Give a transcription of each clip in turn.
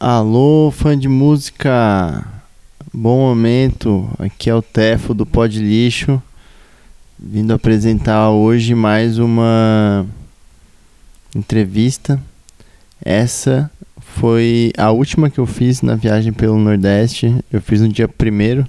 Alô, fã de música, bom momento, aqui é o Tefo do Pod Lixo, vindo apresentar hoje mais uma entrevista. Essa foi a última que eu fiz na viagem pelo Nordeste, eu fiz no dia 1º,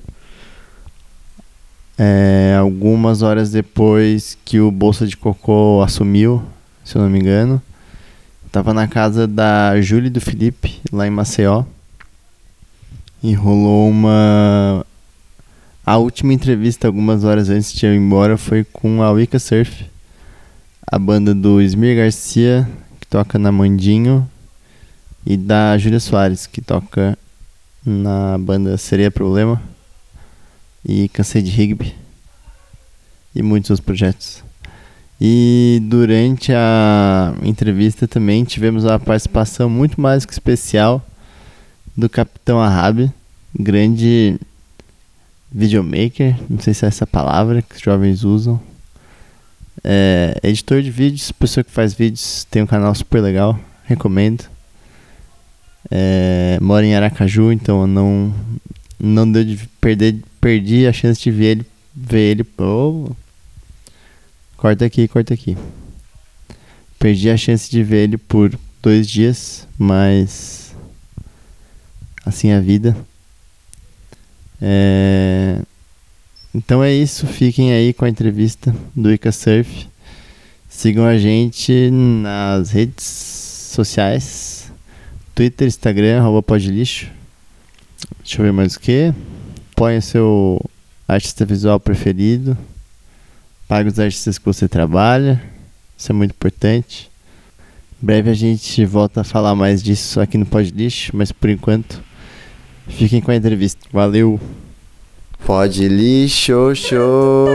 algumas horas depois que o Bolsa de Cocô assumiu, se eu não me engano. Tava na casa da Júlia e do Felipe, lá em Maceió. E rolou a última entrevista, algumas horas antes de eu ir embora, foi com a Wicca Surf, a banda do Smir Garcia, que toca na Mandinho, e da Júlia Soares, que toca na banda Seria Problema, e Cansei de Rigby, e muitos outros projetos. E durante a entrevista também tivemos a participação muito mais que especial do Capitão Ahab, grande videomaker, não sei se é essa palavra que os jovens usam. Editor de vídeos, pessoa que faz vídeos, tem um canal super legal, recomendo. Mora em Aracaju, então eu não deu de perdi a chance de ver ele. Corta aqui. Perdi a chance de ver ele por 2 dias, mas assim é a vida. Então é isso, fiquem aí com a entrevista do Wicca Surf. Sigam a gente nas redes sociais, Twitter, Instagram, @podlixo. Deixa eu ver mais o que. Põe o seu artista visual preferido. Pague os artistas que você trabalha. Isso é muito importante. Em breve a gente volta a falar mais disso aqui no Pod Lixo, mas por enquanto fiquem com a entrevista. Valeu! Pod Lixo Show!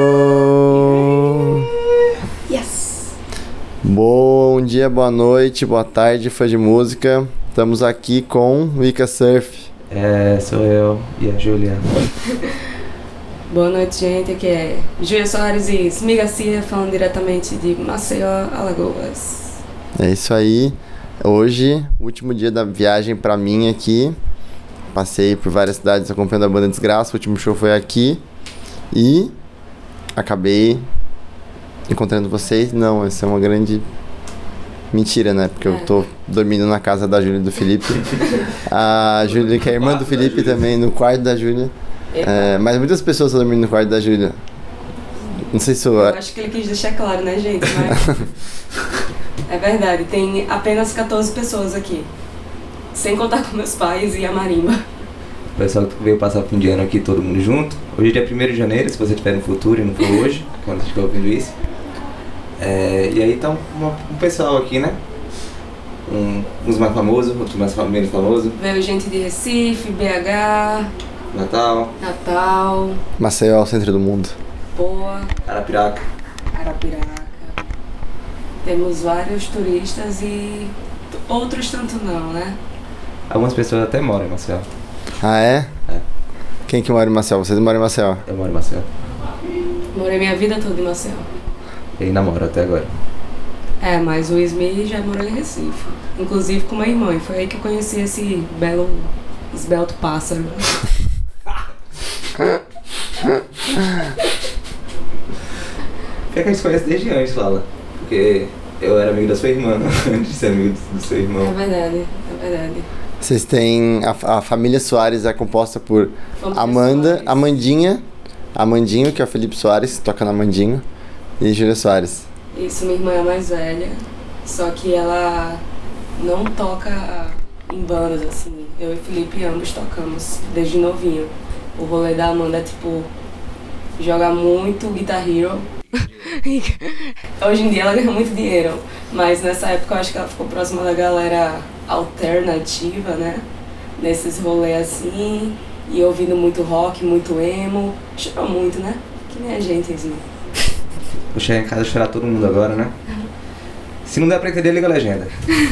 Yes! Bom dia, boa noite, boa tarde, fã de música. Estamos aqui com Wicca Surf. Sou eu e a Júlia. Boa noite, gente. Aqui é Júlia Soares e Smir Garcia, falando diretamente de Maceió, Alagoas. É isso aí. Hoje, último dia da viagem pra mim aqui. Passei por várias cidades acompanhando a banda Desgraça. O último show foi aqui. E acabei encontrando vocês. Não, essa é uma grande mentira, né? Porque eu tô dormindo na casa da Júlia e do Felipe. A Júlia, que é irmã do Felipe também, no quarto da Júlia. Mas muitas pessoas estão dormindo no quarto da Júlia. Não sei se eu acho que ele quis deixar claro, né, gente? Mas é verdade, tem apenas 14 pessoas aqui, sem contar com meus pais e a marimba. O pessoal que veio passar o fim de ano aqui, todo mundo junto. Hoje é dia 1º de janeiro, se você estiver no futuro e não for hoje, quando você estiver ouvindo isso. E aí tá um pessoal aqui, né? Uns mais famosos, outros menos famosos. Veio gente de Recife, BH... Natal. Maceió, centro do mundo. Boa. Arapiraca. Temos vários turistas e outros tanto não, né? Algumas pessoas até moram em Maceió. Ah, é? Quem que mora em Maceió? Vocês moram em Maceió? Eu moro em Maceió. Morei minha vida toda em Maceió. E namoro até agora. Mas o Smir já morou em Recife. Inclusive com uma irmã. E foi aí que eu conheci esse belo, esbelto pássaro. Pior que a gente se conhece desde antes, Lala. Porque eu era amigo da sua irmã, antes de ser amigo do seu irmão. É verdade. Vocês têm... A família Soares é composta por Amanda, Soares. Amandinho, que é o Felipe Soares, que toca na Mandinho, e Júlia Soares. Isso, minha irmã é mais velha, só que ela não toca em bandas, assim. Eu e o Felipe ambos tocamos desde novinho. O rolê da Amanda é tipo joga muito Guitar Hero. Hoje em dia ela ganha muito dinheiro, mas nessa época eu acho que ela ficou próxima da galera alternativa, né? Nesses rolês assim, e ouvindo muito rock, muito emo. Chorou muito, né? Que nem a gente, assim. Vou chegar em casa e chorar todo mundo agora, né? Se não der pra entender, liga a legenda.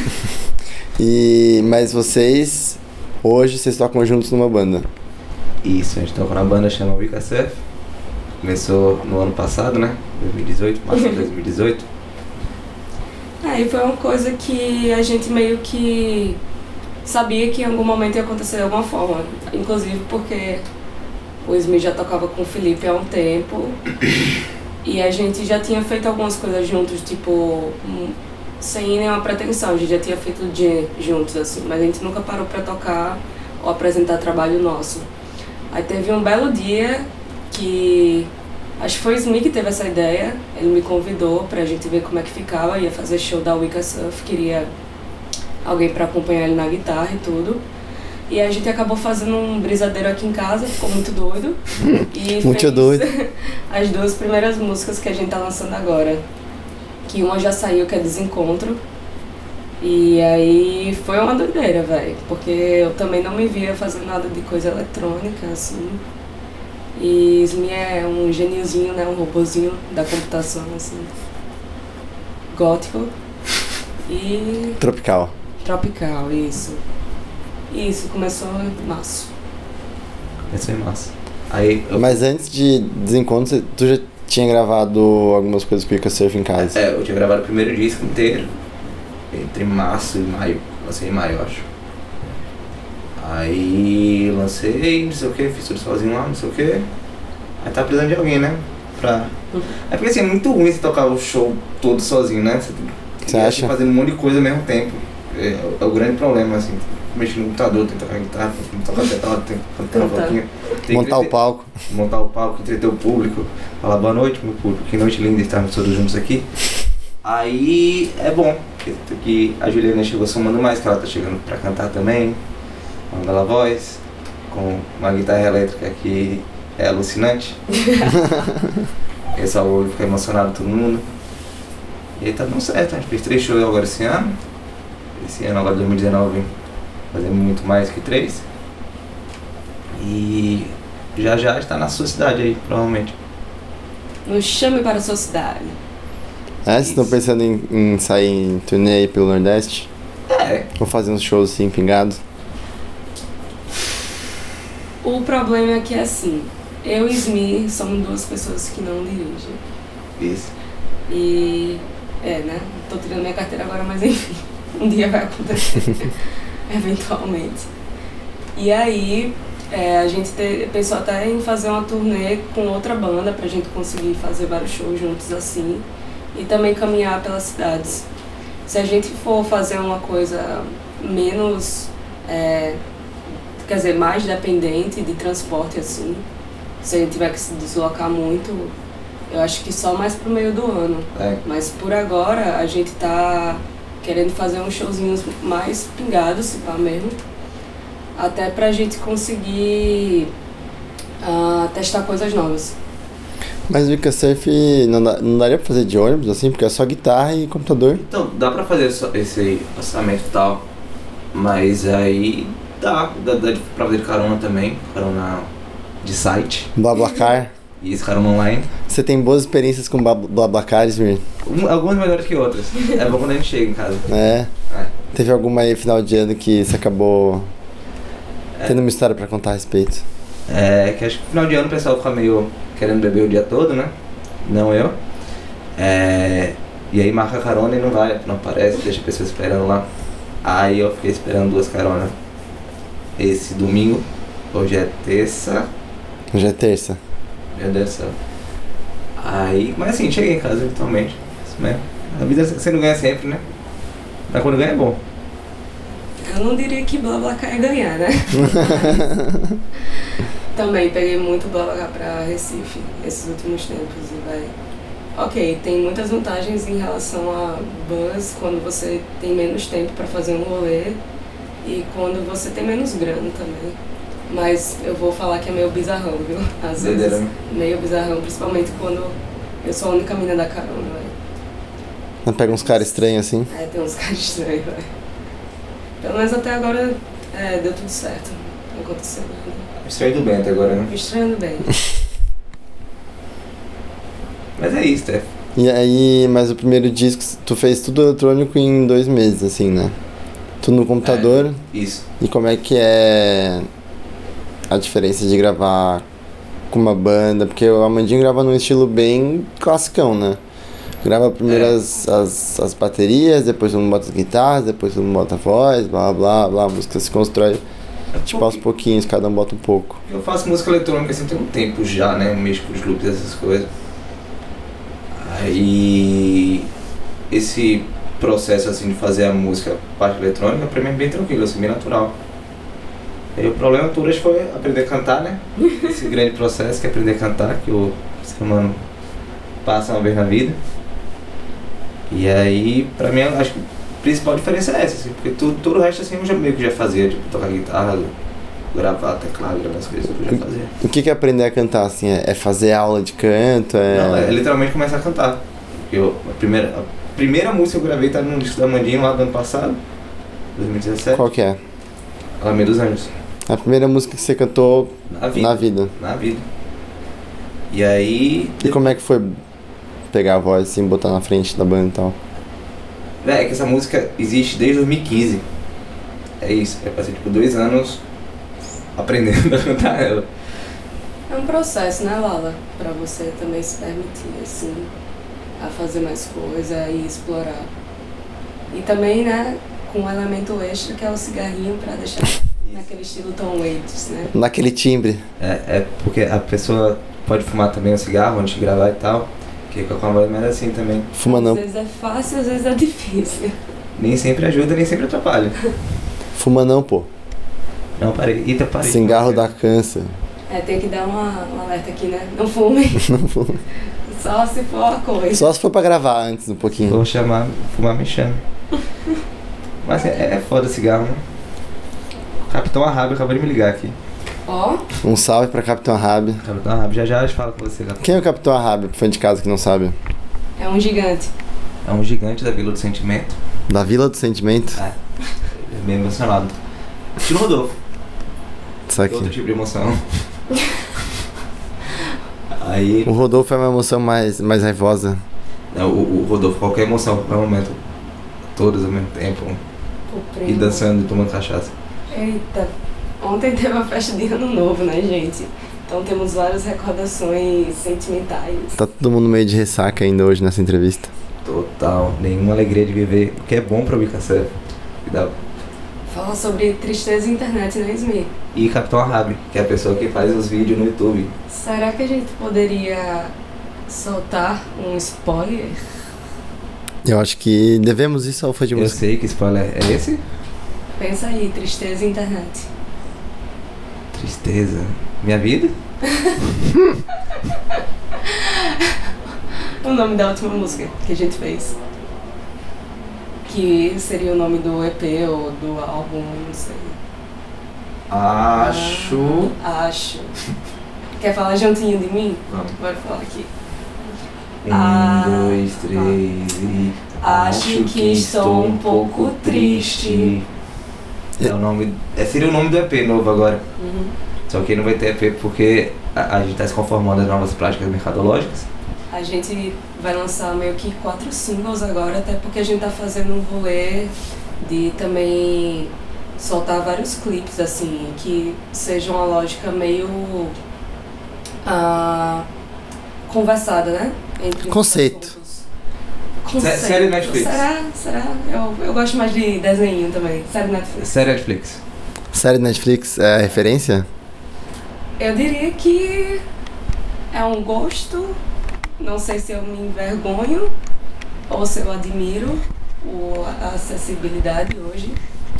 Mas hoje vocês tocam juntos numa banda? Isso, a gente toca na banda, chama Wicca Surf. Começou no ano passado, né? 2018, março de 2018. E foi uma coisa que a gente meio que sabia que em algum momento ia acontecer de alguma forma. Inclusive porque o Smith já tocava com o Felipe há um tempo e a gente já tinha feito algumas coisas juntos, tipo, sem nenhuma pretensão. A gente já tinha feito jam juntos, assim, mas a gente nunca parou pra tocar ou apresentar trabalho nosso. Aí teve um belo dia que, acho que foi o Smith que teve essa ideia, ele me convidou pra gente ver como é que ficava, ia fazer show da Wicca Surf, queria alguém pra acompanhar ele na guitarra e tudo. E a gente acabou fazendo um brisadeiro aqui em casa, ficou muito doido. E Muito fez doido. as 2 primeiras músicas que a gente tá lançando agora. Que uma já saiu, que é Desencontro. E aí foi uma doideira, velho. Porque eu também não me via fazendo nada de coisa eletrônica, assim. E Smi é um geniozinho, né? Um robozinho da computação, assim. Gótico. E Tropical. tropical, isso. Isso, começou em março. Isso é massa. Aí eu, Mas antes de Desencontro, tu já tinha gravado algumas coisas com o Wicca Surf em casa? eu tinha gravado o primeiro disco inteiro, entre março e maio. Lancei em maio, eu acho. Aí lancei, não sei o que, fiz tudo sozinho lá, não sei o que. Aí tava precisando de alguém, né? É porque assim, é muito ruim você tocar o show todo sozinho, né? Você acha? Fazendo um monte de coisa ao mesmo tempo. É o grande problema, assim. Mexer no computador, tem que tocar guitarra, tem que tocar teclado, tem que cantar uma pouquinho. Montar o palco. Montar o palco, entreter o público. Falar boa noite, meu público. Que noite linda estarmos todos juntos aqui. Aí é bom que a Juliana chegou somando mais, que ela tá chegando pra cantar também. Uma bela voz, com uma guitarra elétrica que é alucinante. É só o ficar emocionado todo mundo. E aí tá dando certo, a gente fez 3 shows agora esse ano. Esse ano, agora 2019, fazemos muito mais que 3. E já está na sua cidade aí, provavelmente. Nos chame para a sua cidade. Vocês estão pensando em sair em turnê aí pelo Nordeste? É, Ou fazer uns shows assim, pingados? O problema é que é assim, eu e Smi somos 2 pessoas que não dirigem. isso. E né? Tô tirando minha carteira agora, mas enfim, um dia vai acontecer, eventualmente. E aí, a gente pensou até em fazer uma turnê com outra banda pra gente conseguir fazer vários shows juntos assim e também caminhar pelas cidades. Se a gente for fazer uma coisa menos, quer dizer, mais dependente de transporte assim, se a gente tiver que se deslocar muito, eu acho que só mais pro meio do ano. Mas por agora a gente tá querendo fazer uns showzinhos mais pingados, se pá mesmo. Até pra gente conseguir testar coisas novas. Mas o Wicca Surf não daria pra fazer de ônibus assim, porque é só guitarra e computador. Então, dá pra fazer esse orçamento e tal, mas aí dá pra fazer carona também, carona de site, BlaBlaCar. e esse carona online. Você tem boas experiências com BlaBlaCar, Smir? Algumas melhores que outras. É bom quando a gente chega em casa. É. Teve alguma aí final de ano que você acabou tendo uma história pra contar a respeito? Que acho que no final de ano o pessoal fica meio querendo beber o dia todo, né? Não eu. E aí marca carona e não vai, não aparece, deixa a pessoa esperando lá. Aí eu fiquei esperando 2 caronas esse domingo. Hoje é terça. Hoje é terça. Meu Deus do céu. Aí, mas assim, cheguei em casa eventualmente. Isso mesmo. A vida você não ganha sempre, né? Mas quando ganha é bom. Eu não diria que BlaBlaCar é ganhar, né? Também peguei muito BlaBlaCar pra Recife esses últimos tempos e vai. Ok, tem muitas vantagens em relação a bus quando você tem menos tempo pra fazer um rolê e quando você tem menos grana também. Mas eu vou falar que é meio bizarrão, viu? Às Doideira, vezes né? meio bizarrão, principalmente quando eu sou a única mina da carona, velho. Não pega uns caras estranhos assim? Tem uns caras estranhos, velho. Pelo menos até agora deu tudo certo. Não aconteceu nada. Estranho do bem até agora, né? Me estranhando bem. Mas é isso, Steph. E aí, mas o primeiro disco, tu fez tudo eletrônico em 2 meses, assim, né? Tudo no computador. Isso. E como é que é a diferença de gravar com uma banda? Porque o Amandinho grava num estilo bem classicão, né? Grava primeiro as baterias, depois todo mundo bota as guitarras, depois todo mundo bota a voz, blá blá blá, a música se constrói tipo aos pouquinhos, cada um bota um pouco. Eu faço música eletrônica assim tem um tempo já, né? Eu mexo com os loops e essas coisas. Aí esse processo assim de fazer a música, parte eletrônica, pra mim é bem tranquilo, assim, bem natural. Aí o problema todo acho que foi aprender a cantar, né? Esse grande processo que é aprender a cantar, que o ser humano passa uma vez na vida. E aí, pra mim, acho que a principal diferença é essa, assim, porque todo o resto assim eu já meio que já fazia, tipo, tocar guitarra, gravar teclado, gravar as coisas, eu já fazia. O que é aprender a cantar, assim? É fazer aula de canto? Não, é literalmente começar a cantar. A primeira música que eu gravei tá no disco da Mandinho lá do ano passado, 2017. Qual que é? Alameda dos Anjos. A primeira música que você cantou Na vida. E aí... E como é que foi pegar a voz assim, botar na frente da banda e tal? É que essa música existe desde 2015. É isso, eu passei tipo 2 anos aprendendo a cantar ela. É um processo, né, Lala? Pra você também se permitir, assim, a fazer mais coisa e explorar. E também, né, com um elemento extra que é o cigarrinho pra deixar naquele estilo Tom Waits, né? Naquele timbre. É porque a pessoa pode fumar também um cigarro antes de gravar e tal. Que com a voz é assim também. Fuma não. Às vezes é fácil, às vezes é difícil. Nem sempre ajuda, nem sempre atrapalha. Fuma não, pô. Não, parei. Eita, parei. Cigarro dá câncer. Tem que dar um alerta aqui, né? Não fume. Não fume. Só se for a coisa. Só se for pra gravar antes um pouquinho. Vou fumar me chama. Mas é foda cigarro, né? Capitão Ahab acabou de me ligar aqui. Ó. Um salve pra Capitão Ahab. Capitão Ahab, já eu falo com você. Quem é o Capitão Ahab, fã de casa que não sabe? É um gigante. É um gigante da Vila do Sentimento. Da Vila do Sentimento? É bem emocionado. Estilo Rodolfo. Isso aqui. Outro tipo de emoção. Aí... O Rodolfo é uma emoção mais raivosa. Não, o Rodolfo, qualquer emoção, qualquer momento. Todos ao mesmo tempo. O primo. E dançando e tomando cachaça. Eita. Ontem teve a festa de Ano Novo, né, gente? Então temos várias recordações sentimentais. Tá todo mundo meio de ressaca ainda hoje nessa entrevista. Total. Nenhuma alegria de viver. O que é bom pra Ubicaçã. Fala sobre tristeza e internet, né, Ismi? E Capitão Ahab, que é a pessoa que faz os vídeos no YouTube. Será que a gente poderia soltar um spoiler? Eu acho que devemos isso ao fã de Eu música. sei que spoiler é esse. Pensa aí, tristeza e internet. Tristeza. Minha vida? O nome da última música que a gente fez. Que seria o nome do EP ou do álbum, não sei. Acho. Quer falar juntinho de mim? Vamos. Bora falar aqui. 1, 2, 3 e... Acho que estou um pouco triste. É o nome... seria o nome do EP novo agora. Uhum. Só que não vai ter EP porque a gente tá se conformando às novas práticas mercadológicas. A gente vai lançar meio que 4 singles agora, até porque a gente tá fazendo um rolê de também soltar vários clipes, assim, que sejam uma lógica meio conversada, né? Entre Conceito. Conceito. Série Netflix. Será? Eu gosto mais de desenho também. Série Netflix. Série Netflix. Série Netflix é referência? Eu diria que é um gosto. Não sei se eu me envergonho ou se eu admiro a acessibilidade hoje.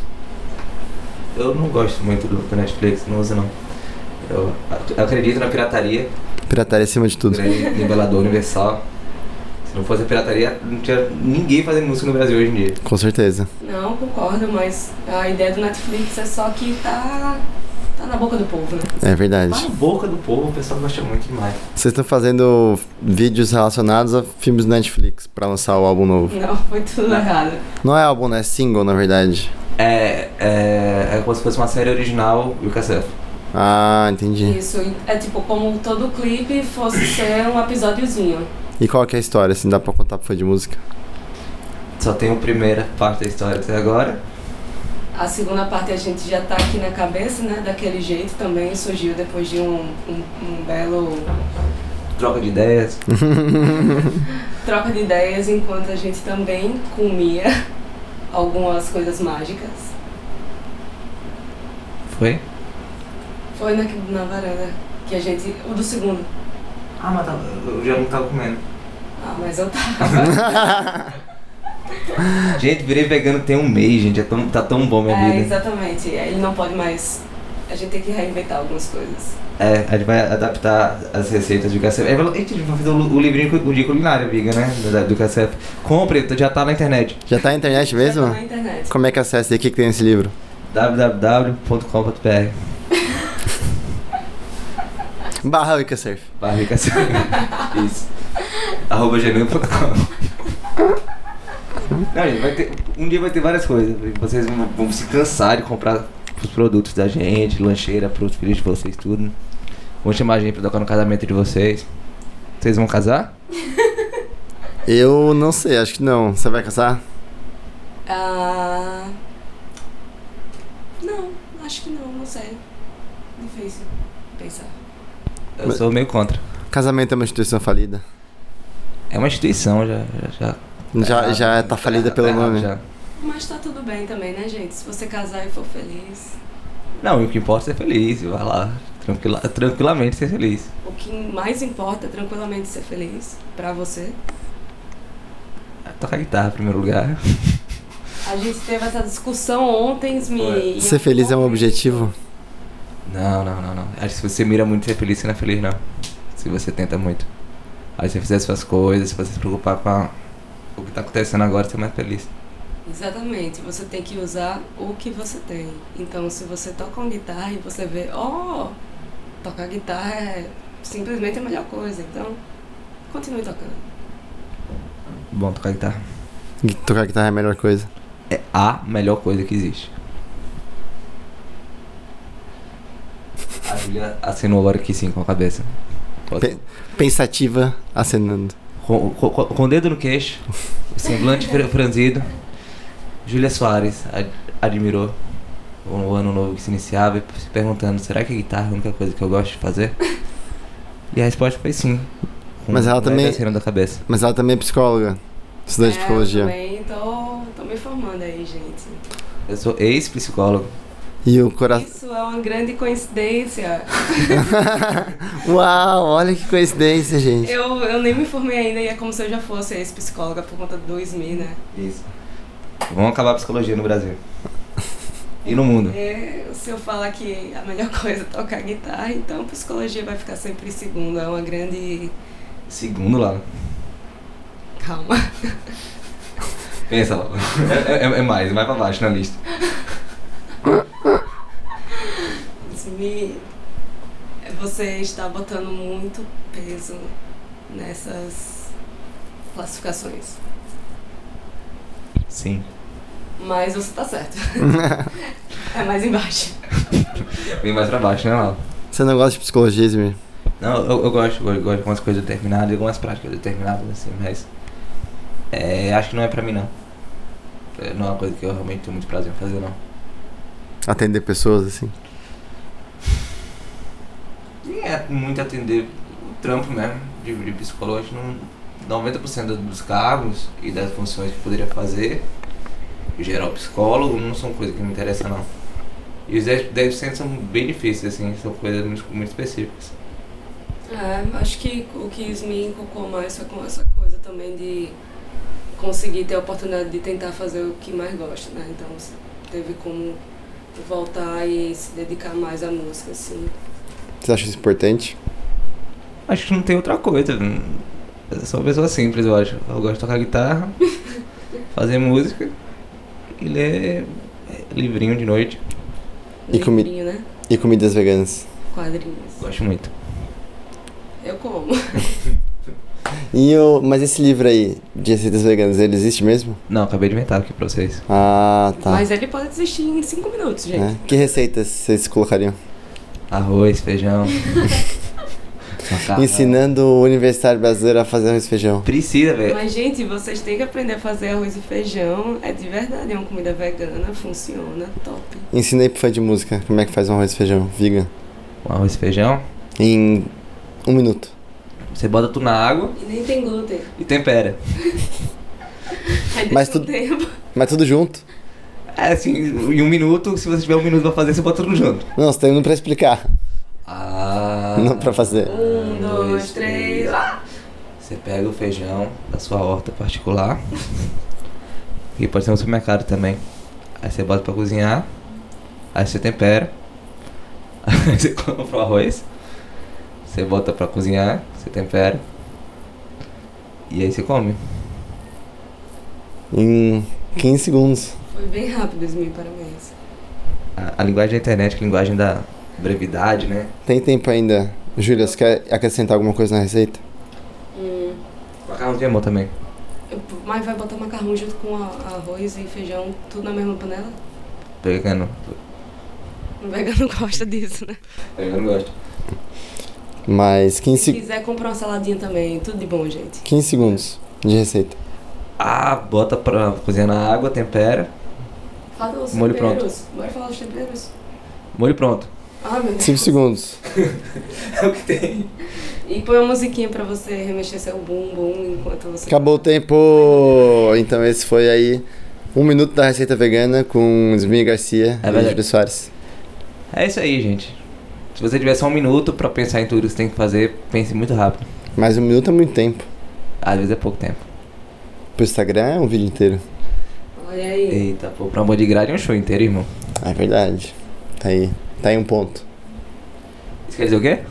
Eu não gosto muito do Netflix, não uso não. Eu acredito na pirataria. Pirataria acima de tudo. Grande nivelador universal. Se não fosse a pirataria, não tinha ninguém fazendo música no Brasil hoje em dia. Com certeza. Não, concordo, mas a ideia do Netflix é só que tá na boca do povo, né? É verdade. Na boca do povo, o pessoal gosta muito demais. Vocês estão fazendo vídeos relacionados a filmes do Netflix pra lançar o álbum novo. Não, foi tudo errado. Não é álbum, né? É single, na verdade. É como se fosse uma série original e o cassete. Ah, entendi. Isso, é tipo como todo clipe fosse ser um episódiozinho. E qual que é a história, assim, dá pra contar pro fã de música? Só tem a primeira parte da história até agora. A segunda parte a gente já tá aqui na cabeça, né? Daquele jeito também surgiu depois de um belo troca de ideias. Troca de ideias enquanto a gente também comia algumas coisas mágicas. Foi? Foi na varanda que a gente... O do segundo. Ah, mas eu já não tava comendo. Ah, mas eu tava. Gente, virei vegano tem um mês, gente. Tá tão bom minha vida. Exatamente. Ele não pode mais... A gente tem que reinventar algumas coisas. A gente vai adaptar as receitas do Cacef. A gente vai fazer o livrinho de culinária, Viga, né? Do Cacef. Compre, já tá na internet. Já tá na internet mesmo? Já tá na internet. Como é que acessa? E o que tem nesse livro? www.com.br /WicaSurf. /Cacef. Isso. @gmail.com. Não, gente, um dia vai ter várias coisas. Vocês vão se cansar de comprar os produtos da gente, lancheira pros filhos de vocês, tudo. Vão chamar a gente pra tocar no casamento de vocês. Vocês vão casar? Eu não sei, acho que não. Você vai casar? Não, acho que não sei. Difícil pensar. Eu sou meio contra. Casamento é uma instituição falida. É uma instituição, Já tá falida pelo nome. Já. Mas tá tudo bem também, né, gente? Se você casar e for feliz. Não, o que importa é ser feliz. Vai lá, tranquilamente ser feliz. O que mais importa é tranquilamente ser feliz pra você. Tocar guitarra em primeiro lugar. A gente teve essa discussão ontem, me... Ser feliz é um objetivo? Não. Acho que se você mira muito ser feliz, você não é feliz, não. Se você tenta muito. Aí se você fizer suas coisas, se você se preocupar com o que tá acontecendo agora, você é mais feliz. Exatamente, você tem que usar o que você tem. Então, se você toca uma guitarra e você vê, tocar guitarra é simplesmente a melhor coisa. Então, continue tocando. Bom, tocar guitarra. Tocar guitarra é a melhor coisa. É a melhor coisa que existe. A Julia acenou agora aqui sim com a cabeça. Pensativa, acenando. Com o dedo no queixo, o semblante franzido. Júlia Soares admirou o ano novo que se iniciava, se perguntando, será que a guitarra é a única coisa que eu gosto de fazer? E a resposta foi sim. Mas ela também da cabeça. Mas ela também é psicóloga, estudante de psicologia. Eu também tô me formando aí, gente. Eu sou ex-psicólogo. E o coração... Isso é uma grande coincidência. Uau, olha que coincidência, gente. Eu nem me formei ainda e é como se eu já fosse ex-psicóloga por conta do SMI, né? Isso. Vamos acabar a psicologia no Brasil. E no mundo. Se eu falar que a melhor coisa é tocar guitarra, então psicologia vai ficar sempre em segundo. É uma grande... Segundo lá. Calma. Pensa lá. É mais pra baixo na lista. Você está botando muito peso nessas classificações. Sim. Mas você tá certo. É mais embaixo. Bem mais pra baixo, né, Lau? Você não gosta de psicologia, Ismir? Não, eu gosto de algumas coisas determinadas, algumas práticas determinadas, assim, mas acho que não é pra mim, não. Não é uma coisa que eu realmente tenho muito prazer em fazer, não. Atender pessoas, assim? É muito atender o trampo mesmo, de psicólogo. Acho que 90% dos cargos e das funções que poderia fazer, geral psicólogo, não são coisas que me interessam, não. E os 10% são bem difíceis, assim, são coisas muito específicas. Acho que o que me inculcou mais foi com essa coisa também de conseguir ter a oportunidade de tentar fazer o que mais gosta, né? Então teve como voltar e se dedicar mais à música, assim. Você acha isso importante? Acho que não tem outra coisa. Eu sou uma pessoa simples, eu acho. Eu gosto de tocar guitarra, fazer música e ler livrinho de noite. Livrinho, né? E comidas veganas? Quadrinhos. Gosto muito. Eu como. Mas esse livro aí, de receitas veganas, ele existe mesmo? Não, acabei de inventar aqui pra vocês. Ah, tá. Mas ele pode existir em 5 minutos, gente. Que receitas vocês colocariam? Arroz, feijão. Macarrão. Ensinando o universitário brasileiro a fazer arroz e feijão. Precisa, velho. Mas, gente, vocês têm que aprender a fazer arroz e feijão. É de verdade, é uma comida vegana, funciona, top. Ensina aí pro fã de música como é que faz um arroz e feijão, vegan. Um arroz e feijão? Em 1 minuto. Você bota tudo na água E nem tem glúten. e tempera. Aí Mas deixa um tu- tempo. Mas tudo junto. É assim, em 1 minuto, se você tiver 1 minuto pra fazer, você bota tudo junto. Não, você tá indo pra explicar. Ah. Não pra fazer. 1, 2, 3. Você pega o feijão da sua horta particular. E pode ser no supermercado também. Aí você bota pra cozinhar. Aí você tempera. Aí você compra o arroz. Você bota pra cozinhar. Você tempera. E aí você come. Em 15 segundos. Foi bem rápido, Ismi, parabéns. A linguagem da internet, a linguagem da brevidade, né? Tem tempo ainda. Júlia, você quer acrescentar alguma coisa na receita? Macarrão de amor também. Mas vai botar macarrão junto com arroz e feijão, tudo na mesma panela? Vegano. O vegano gosta disso, né? Vegano gosta. Mais 15, Se quiser comprar uma saladinha também, tudo de bom, gente. 15 segundos de receita. Ah, bota pra cozinhar na água, tempera. Fala os Molho temperos. Bora falar os temperos. Molho pronto. Ah, meu Deus. 5 segundos. É o que tem. E põe uma musiquinha pra você remexer seu bumbum enquanto você... Acabou o tempo! Então esse foi aí 1 minuto da receita vegana com Ismi Garcia É e verdade. Júlia Soares. É isso aí, gente. Se você tiver só 1 minuto pra pensar em tudo que você tem que fazer, pense muito rápido. Mais 1 minuto é muito tempo. Às vezes é pouco tempo. Pro Instagram é um vídeo inteiro. Olha aí. Eita, pô, pra amor de grade é um show inteiro, irmão. É verdade. Tá aí um ponto. Isso quer dizer o quê?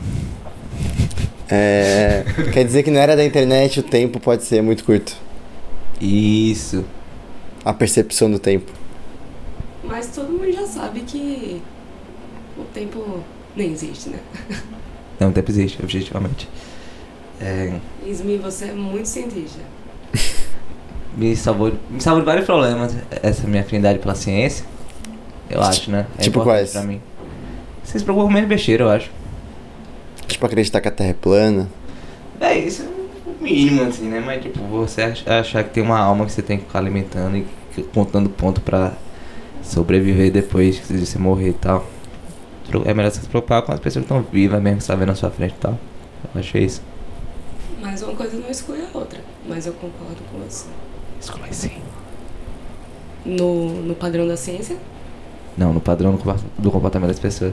Quer dizer que na era da internet o tempo pode ser muito curto. Isso. A percepção do tempo. Mas todo mundo já sabe que o tempo nem existe, né? Não, o tempo existe, objetivamente. Ismi, você é muito cientista. Me salvou de vários problemas essa minha afinidade pela ciência. Eu acho, né? É Tipo importante quais? pra mim. Vocês se preocupam com menos besteira, eu acho. Tipo acreditar que a Terra é plana. É, isso é o mínimo, assim, né? Mas, tipo, você achar que tem uma alma que você tem que ficar alimentando e contando ponto pra sobreviver depois de você morrer e tal. É melhor você se preocupar com as pessoas que estão vivas mesmo, que você tá vendo na sua frente e tal. Eu achei isso. Mas uma coisa não exclui a outra. Mas eu concordo com você. Exclui sim. No padrão da ciência, Não, no padrão do comportamento das pessoas.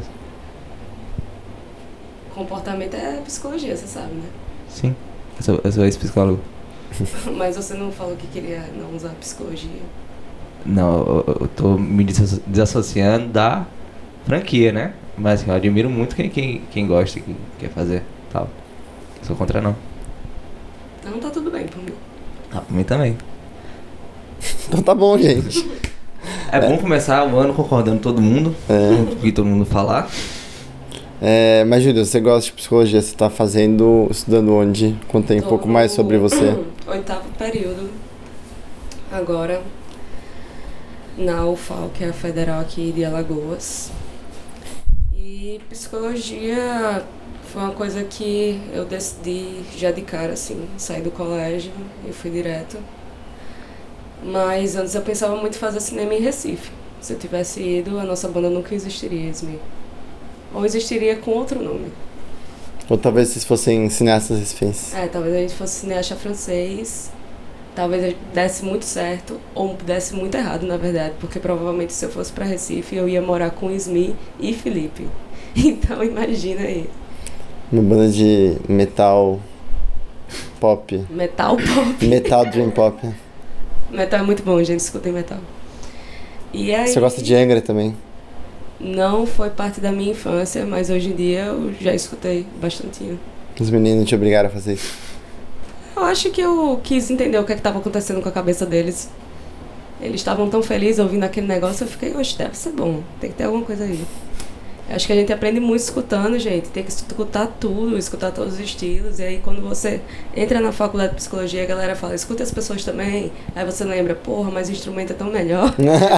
comportamento é psicologia, você sabe, né? Sim. Eu sou ex-psicólogo. Mas você não falou que queria não usar psicologia. Não, eu tô me desassociando da franquia, né? Mas assim, eu admiro muito quem gosta e quem quer fazer tal. Não sou contra não. Então tá tudo bem por mim. Ah, por mim também. Então tá bom, gente. É bom começar o ano concordando todo mundo, com o que todo mundo falar. Mas Júlia, você gosta de psicologia? Você tá estudando onde? Conta aí um Tô pouco mais sobre você. 8º período. Agora na UFAL, que é a Federal aqui de Alagoas. E psicologia foi uma coisa que eu decidi já de cara, assim, sair do colégio e fui direto. Mas antes eu pensava muito em fazer cinema em Recife. Se eu tivesse ido, a nossa banda nunca existiria, Ismi. Ou existiria com outro nome. Ou talvez vocês fossem cineastas recifenses. Talvez a gente fosse cineasta francês. Talvez desse muito certo ou desse muito errado, na verdade. Porque provavelmente se eu fosse pra Recife, eu ia morar com Ismi e Felipe. Então imagina aí. Uma banda de metal pop. Metal pop. Metal dream pop. Metal é muito bom, gente. Escutem metal. E aí, Você gosta de Angra também? não foi parte da minha infância, mas hoje em dia eu já escutei bastantinho. Os meninos te obrigaram a fazer isso. Eu acho que eu quis entender o que estava acontecendo com a cabeça deles. Eles estavam tão felizes ouvindo aquele negócio, eu fiquei, oxe, deve ser bom, tem que ter alguma coisa aí. Eu acho que a gente aprende muito escutando, gente. Tem que escutar tudo, escutar todos os estilos. E aí quando você entra na faculdade de psicologia, a galera fala, escuta as pessoas também. Aí você lembra, porra, mas o instrumento é tão melhor.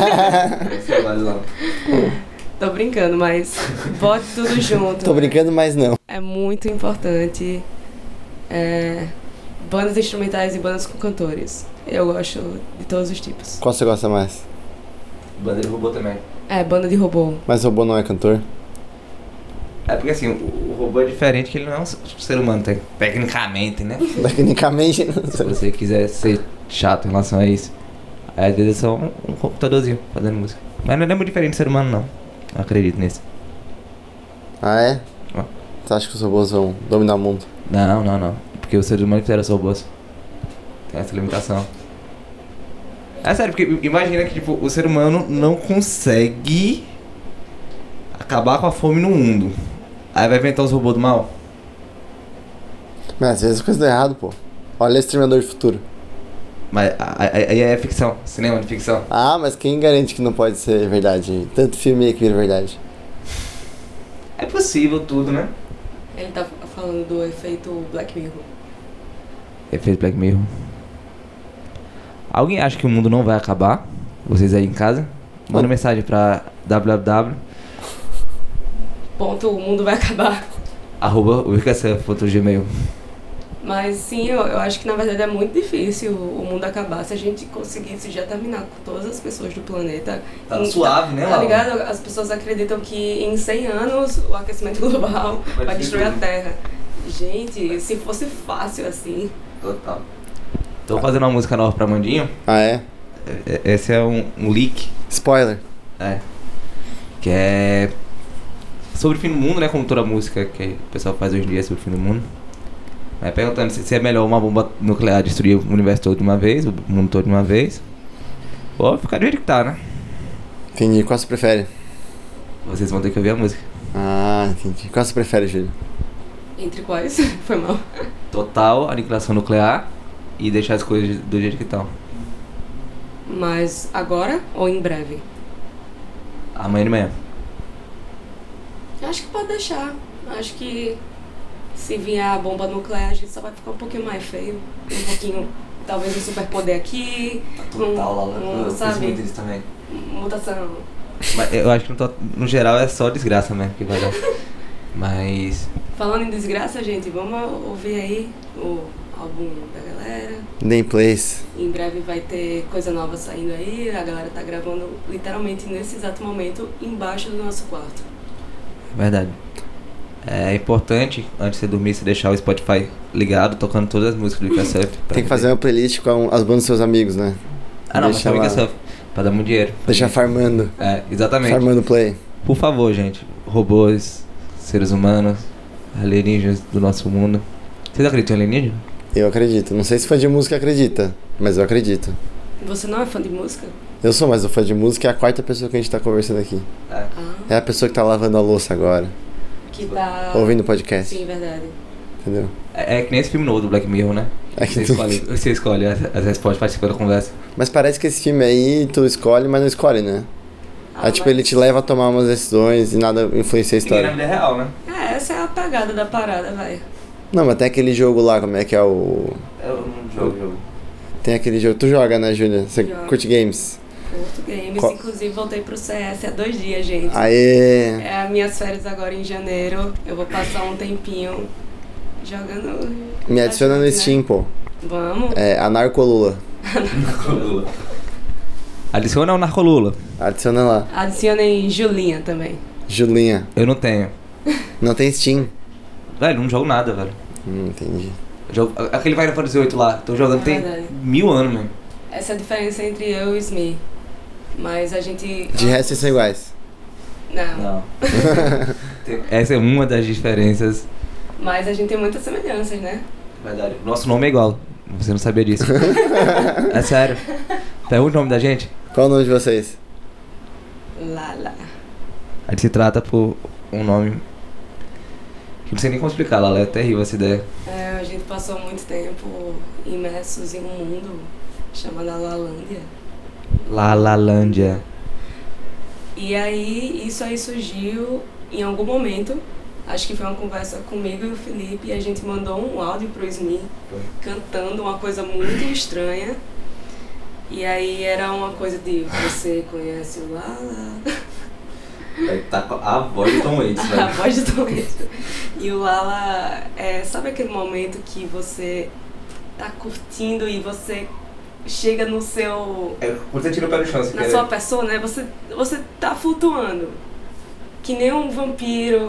Tô brincando, mas bote tudo junto. Tô brincando, mas não. É muito importante. Bandas instrumentais e bandas com cantores. Eu gosto de todos os tipos. Qual você gosta mais? Banda de robô também. Banda de robô. Mas o robô não é cantor? É porque assim, o robô é diferente que ele não é um ser humano, tecnicamente, né? Tecnicamente, não Se sei. você quiser ser chato em relação a isso. Aí às vezes é só um computadorzinho fazendo música. Mas não é muito diferente do ser humano, não. Eu acredito nisso. Ah, é? Ó. Você acha que os robôs vão dominar o mundo? Não. Porque os seres humanos fizeram os robôs. Tem essa limitação. É sério, porque imagina que tipo, o ser humano não consegue acabar com a fome no mundo. Aí vai inventar os robôs do mal? Mas às vezes as coisas dão errado, pô. Olha Exterminador do Futuro. Mas aí é ficção, cinema de ficção. Ah, mas quem garante que não pode ser verdade? Tanto filme aí que vira verdade. É possível tudo, né? Ele tá falando do efeito Black Mirror. Efeito Black Mirror. Alguém acha que o mundo não vai acabar? Vocês aí em casa? Manda mensagem pra www. Ponto, o mundo vai acabar. @ubicasurf.gmail. Mas sim, eu acho que na verdade é muito difícil o mundo acabar. Se a gente conseguisse já terminar com todas as pessoas do planeta. Tá suave, né, Tá Laura? ligado? As pessoas acreditam que em 100 anos o aquecimento global vai destruir a Terra. Gente, se fosse fácil assim. Total. Tô fazendo uma música nova pra Mandinho. Ah, é? Esse é um leak. Spoiler. É. Que é sobre o fim do mundo, né? Como toda música que o pessoal faz hoje em dia sobre o fim do mundo. Mas perguntando se é melhor uma bomba nuclear destruir o universo todo de uma vez, o mundo todo de uma vez, ou ficar do jeito que tá, né? Entendi. Qual você prefere? Vocês vão ter que ouvir a música. Ah, entendi. Qual você prefere, Júlio? Entre quais? Foi mal. Total aniquilação nuclear e deixar as coisas do jeito que estão. Mas agora ou em breve? Amanhã de manhã. Acho que pode deixar. Acho que se vier a bomba nuclear, a gente só vai ficar um pouquinho mais feio. Um pouquinho, talvez um superpoder aqui. Sabe? Isso também. Mutação. Mas eu acho que no geral é só desgraça mesmo que vai dar. Mas Falando em desgraça, gente, vamos ouvir aí o álbum da galera. The Place. Em breve vai ter coisa nova saindo aí. A galera tá gravando literalmente nesse exato momento embaixo do nosso quarto. verdade. É importante, antes de você dormir, você deixar o Spotify ligado, tocando todas as músicas do Wika Surf. Tem que fazer uma playlist com as bandas dos seus amigos, né? Ah, não, mas Deixa com o Wika lá. Surf, pra dar muito dinheiro. Deixar farmando. É, exatamente. Farmando play. Por favor, gente. Robôs, seres humanos, alienígenas do nosso mundo. Vocês acreditam em alienígena? Eu acredito. Não sei se fã de música acredita, mas eu acredito. Você não é fã de música? Eu sou, mas o fã de música é a quarta pessoa que a gente tá conversando aqui. Ah, É a pessoa que tá lavando a louça agora, que tá... ouvindo o podcast. Sim, verdade. Entendeu? É que nem esse filme novo do Black Mirror, né? É que Você escolhe as respostas, participa da conversa. Mas parece que esse filme aí tu escolhe, mas não escolhe, né? Ah, Aí, tipo, ele te leva a tomar umas decisões e nada influencia a E na história. vida real, né? É, essa é a pegada da parada, vai. Não, mas tem aquele jogo lá, como é que é o... Eu não jogo. Tem aquele jogo... Tu joga, né, Júlia? Você Jogo. curte games? Curto Games, Qual- inclusive voltei pro CS há 2 dias, gente. Aê! É as minhas férias agora em janeiro. Eu vou passar um tempinho jogando. Me adiciona no bastante, Steam, né? pô. Vamos. É Anarcolula. Adiciona o Narcolula. Adiciona lá. Adicionem Julinha também. Julinha. Eu não tenho. Não tem Steam. Velho, não jogo nada, velho. Entendi. Eu jogo, aquele Final Fantasy VIII lá, tô jogando É tem verdade. 1000 anos, mano. Essa é a diferença entre eu e o Smee. Mas a gente. De resto, eles são iguais. Não. Não. Essa é uma das diferenças. Mas a gente tem muitas semelhanças, né? Verdade. Nosso nome é igual. Você não sabia disso. É sério. Pergunta o nome da gente. Qual o nome de vocês? Lala. A gente se trata por um nome que não sei nem como explicar, Lala. É terrível essa ideia. É, a gente passou muito tempo imersos em um mundo chamado Lalândia. Lalalândia. E aí, isso aí surgiu em algum momento. Acho que foi uma conversa comigo e o Felipe. E a gente mandou um áudio pro Smee cantando uma coisa muito estranha. E aí era uma coisa de você conhece o Lala. Tá com a voz de Tom Waits, A voz de Tom Waits. E o Lala, sabe aquele momento que você tá curtindo e você chega no seu... Quando você tira o pé do chão, você na sua pessoa, né? Você tá flutuando. Que nem um vampiro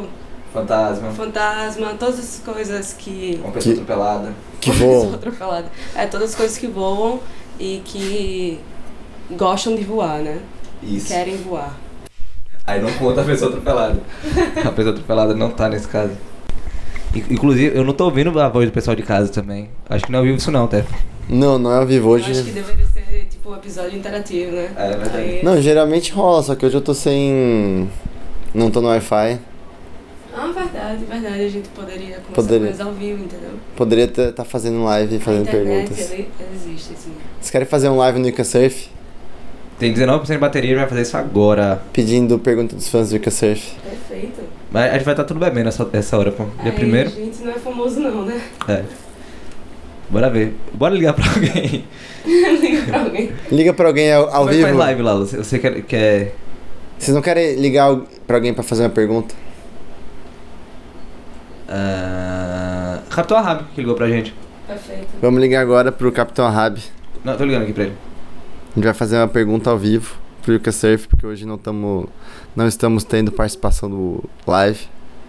Fantasma, todas as coisas que... Uma pessoa atropelada. Que Uma pessoa voam. atropelada. Todas as coisas que voam e que gostam de voar, né? Isso. Querem voar. Aí não conta a pessoa atropelada. A pessoa atropelada não tá nesse caso. Inclusive, eu não tô ouvindo a voz do pessoal de casa também. Acho que não é ao vivo isso não, Té. Não é ao vivo Eu hoje. acho que deveria ser tipo um episódio interativo, né? É verdade. Aí- Não, geralmente rola, só que hoje eu tô sem... Não tô no Wi-Fi. verdade. A gente poderia começar Poderia. mais ao vivo, entendeu? Poderia estar fazendo live e fazendo A internet, perguntas. ele existe, assim. Vocês querem fazer um live no Wika Surf? Tem 19% de bateria, a gente vai fazer isso agora. Pedindo pergunta dos fãs do Wika Surf. Perfeito. Mas a gente vai estar tudo bebendo essa hora, pô. Dia primeiro. A gente não é famoso não, né? É. Bora ver. Bora ligar pra alguém. Liga pra alguém. Liga pra alguém ao Como é que vivo. faz live lá? Você quer... Vocês não querem ligar pra alguém pra fazer uma pergunta? Capitão Ahab que ligou pra gente. Perfeito. Vamos ligar agora pro Capitão Ahab. Não, tô ligando aqui pra ele. A gente vai fazer uma pergunta ao vivo pro Wika Surf, porque hoje não estamos tendo participação do live.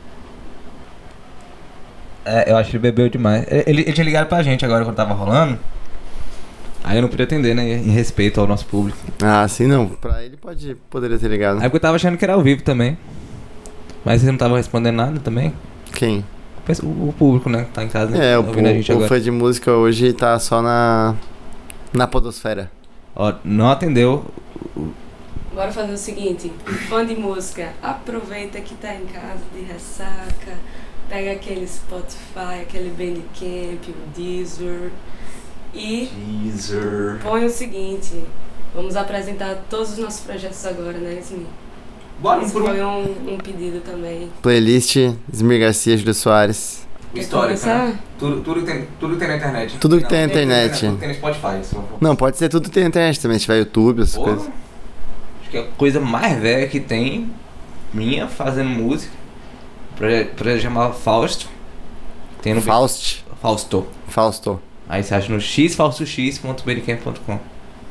Eu acho que ele bebeu demais. Ele tinha ligado pra gente agora quando tava rolando. Aí eu não podia atender, né? Em respeito ao nosso público. Ah, sim, não. Pra ele poderia ter ligado. Aí porque eu tava achando que era ao vivo também. Mas vocês não estavam respondendo nada também? Quem? O público, né? Que tá em casa, né? É, ouvindo a gente o agora. fã de música hoje tá só na podosfera. Ó, não atendeu. Bora fazer o seguinte, fã de música, aproveita que tá em casa de ressaca, pega aquele Spotify, aquele Bandcamp, o Deezer e põe o seguinte, vamos apresentar todos os nossos projetos agora, né, Esmi? Bora Esse foi um pedido também. Playlist, Esmir Garcia, Júlio Soares. Histórica, começar? né? Tudo tem na internet. Tudo que tem na internet. Tudo tem no Spotify. Se for. Não, pode ser tudo que tem na internet também. Se tiver YouTube, essas Porra, coisas. acho que é a coisa mais velha que tem, minha, fazendo música. Projeto chamado Fausto. Tem no Fausto. Fausto. Aí você acha no xfaustox.bandcamp.com.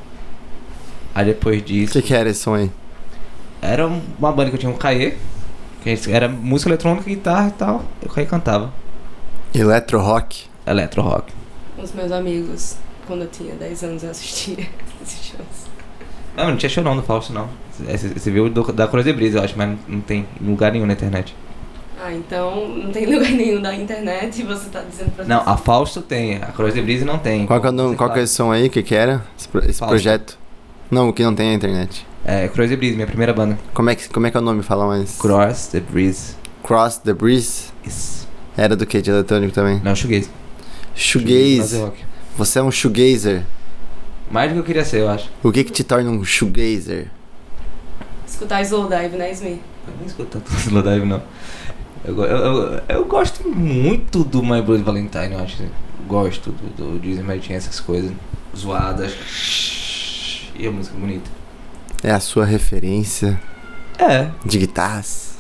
Aí depois O disso... que era esse som aí? Era uma banda que eu tinha, um Caê. Que era música eletrônica, guitarra e tal. O Caê cantava. Electro Rock. Electro rock. Os meus amigos, quando eu tinha 10 anos, eu assistia esses shows. Não tinha show não do Fausto, não. Você viu da Cruz de Brisa, eu acho, mas não tem em lugar nenhum na internet. Ah, então não tem lugar nenhum da internet e você tá dizendo pra Não, a Fausto tem, a Cruz de Brisa não tem. Qual que é o nome? Qual que é esse som aí? O que era? Esse Fausto. projeto? Não, o que não tem na internet. É, Cruz de Brisa, minha primeira banda. Como é que é o nome? Fala mais. Cross the Breeze. Cross the Breeze. Isso. Era do que? De eletrônico também? Não, shoegaze. Shoegaze. Rock. Você é um shoegazer. Mais do que eu queria ser, eu acho. O que te torna um shoegazer? escutar Slowdive, né, Esmi? Eu nem escuto tanto Slowdive, não. Eu gosto muito do My Bloody Valentine, eu acho. Gosto do Disney, mas tinha essas coisas zoadas. E a música bonita. É a sua referência É. de guitarras?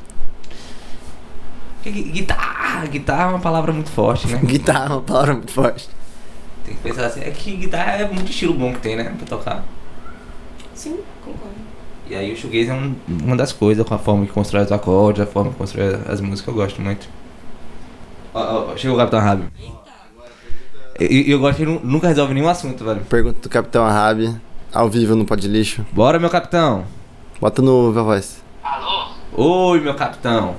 Guitarra é uma palavra muito forte, né? Guitarra é uma palavra muito forte. Tem que pensar assim, é que guitarra é muito estilo bom que tem, né? Pra tocar. Sim, concordo. E aí o shoegaze é uma das coisas, com a forma que constrói os acordes, a forma que constrói as músicas, eu gosto muito. Ó, chegou o Capitão Ahab. Eu gosto que ele nunca resolve nenhum assunto, velho. Pergunta do Capitão Ahab, ao vivo no Pod Lixo. Bora, meu capitão. Bota no Viva Voz. Alô? Oi, meu capitão.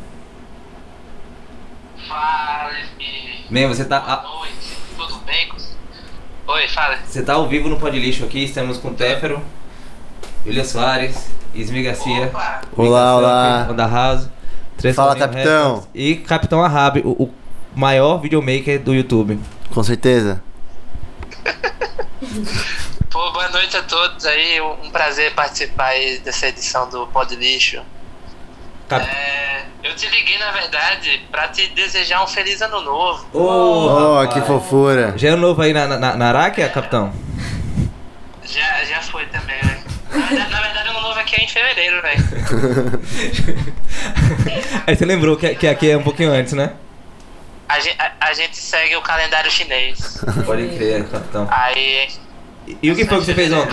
Fala, Bem, você boa tá, noite, tudo bem? Oi, fala. você tá ao vivo no Pod Lixo aqui, estamos com Téfero, Júlia Soares, Esmi Garcia. Opa. Olá, olá. Onda House. Fala, capitão. E Capitão Ahab, o maior videomaker do YouTube. Com certeza. Pô, boa noite a todos aí, um prazer participar aí dessa edição do Pod Lixo. Eu te liguei, na verdade, pra te desejar um feliz ano novo. Oh, que fofura. Já é novo aí na Aráquia, capitão? Já foi também, velho. Na verdade, o ano novo aqui é em fevereiro, velho. Aí você lembrou que aqui é um pouquinho antes, né? A gente segue o calendário chinês. Pode crer, capitão. Aí... E o que foi que você fez ontem?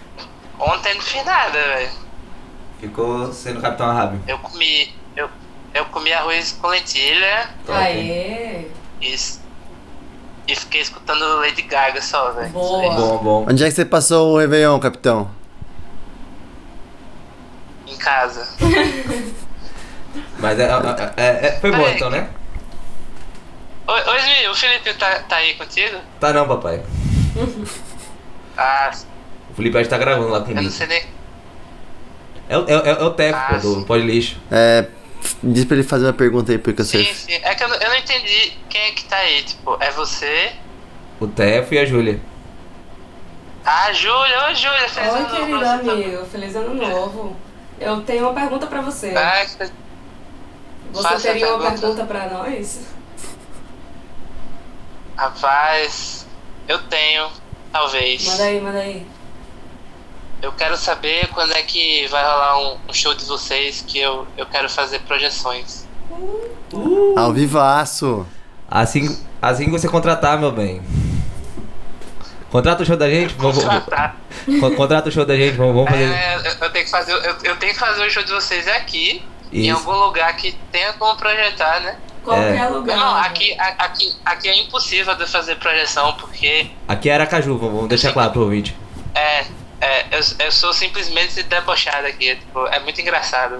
Ontem não fiz nada, velho. Ficou sendo Capitão Ahab. Eu comi arroz com lentilha. Top. Aê! Isso. E fiquei escutando Lady Gaga só, velho. Boa. Bom. Onde é que você passou o Réveillon, capitão? Em casa. Mas foi bom Peraí. então, né? Oi, Smi, o Felipe tá aí contigo? Tá não, papai. Ah, O Felipe acho que tá gravando lá eu não comigo. sei nem. É o Teco, pô, do Pó de Lixo. Diz pra ele fazer uma pergunta aí pro Sim, Surf. sim. É que eu não entendi quem é que tá aí. Tipo, é você? O Tefo e a Júlia. Ah, Júlia. Oi, Júlia. Feliz Oi, ano novo querido pra você amigo. Feliz ano novo. Eu tenho uma pergunta pra você. também. Ah, Você faça a teria uma pergunta. pergunta pra nós? rapaz, eu tenho, talvez. Manda aí. Eu quero saber quando é que vai rolar um show de vocês, que eu quero fazer projeções. Ao vivaço. Assim que você contratar, meu bem. Contrata o show da gente? Contrata o show da gente, vamos fazer. Eu tenho que fazer o show de vocês aqui, em Isso. algum lugar que tenha como projetar, né? Qualquer lugar. Não, aqui é impossível de fazer projeção, porque Aqui é Aracaju, vamos deixar claro pro ouvinte. eu sou simplesmente debochado aqui, tipo, é muito engraçado.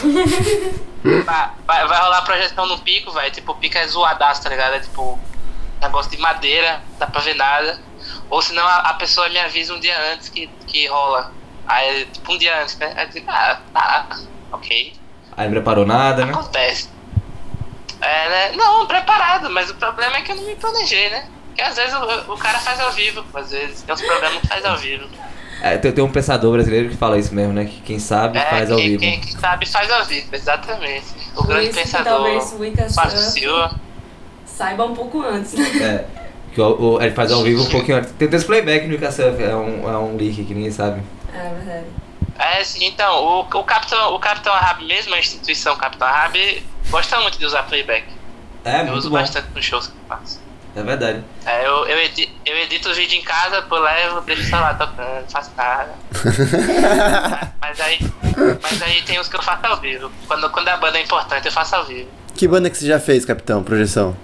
Vai rolar projeção no pico, velho, tipo, o pico é zoadaço, tá ligado? É tipo, negócio de madeira, não dá pra ver nada. Ou senão a pessoa me avisa um dia antes que rola. Aí, tipo, um dia antes, né? Aí eu digo, ok. Aí não preparou nada, né? Acontece. Né? Não, preparado, mas o problema é que eu não me planejei, né? Porque às vezes o cara faz ao vivo, às vezes tem uns problemas que faz ao vivo. Tem um pensador brasileiro que fala isso mesmo, né? Que quem sabe faz ao vivo. Quem sabe faz ao vivo, exatamente. O Por grande isso que pensador talvez o Wicca Fábio Surf Silva. saiba um pouco antes, né? Que ele faz ao vivo um pouquinho antes. Tem esse playback no Surf, é um leak que ninguém sabe. É verdade. Sim, então, o Capitão Ahab mesmo, a instituição Capitão Ahab, gosta muito de usar playback. Eu Muito uso bom. bastante nos shows que eu faço. É verdade. Eu edito o vídeo em casa, pô, levo, deixo o celular tocando, não faço nada. mas aí tem os que eu faço ao vivo. Quando a banda é importante, eu faço ao vivo. Que banda que você já fez, capitão? Projeção.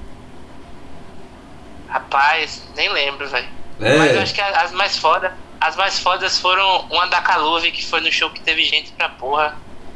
Rapaz, nem lembro, velho. Mas eu acho que as mais fodas foram uma da Caluve, que foi no show que teve gente pra porra.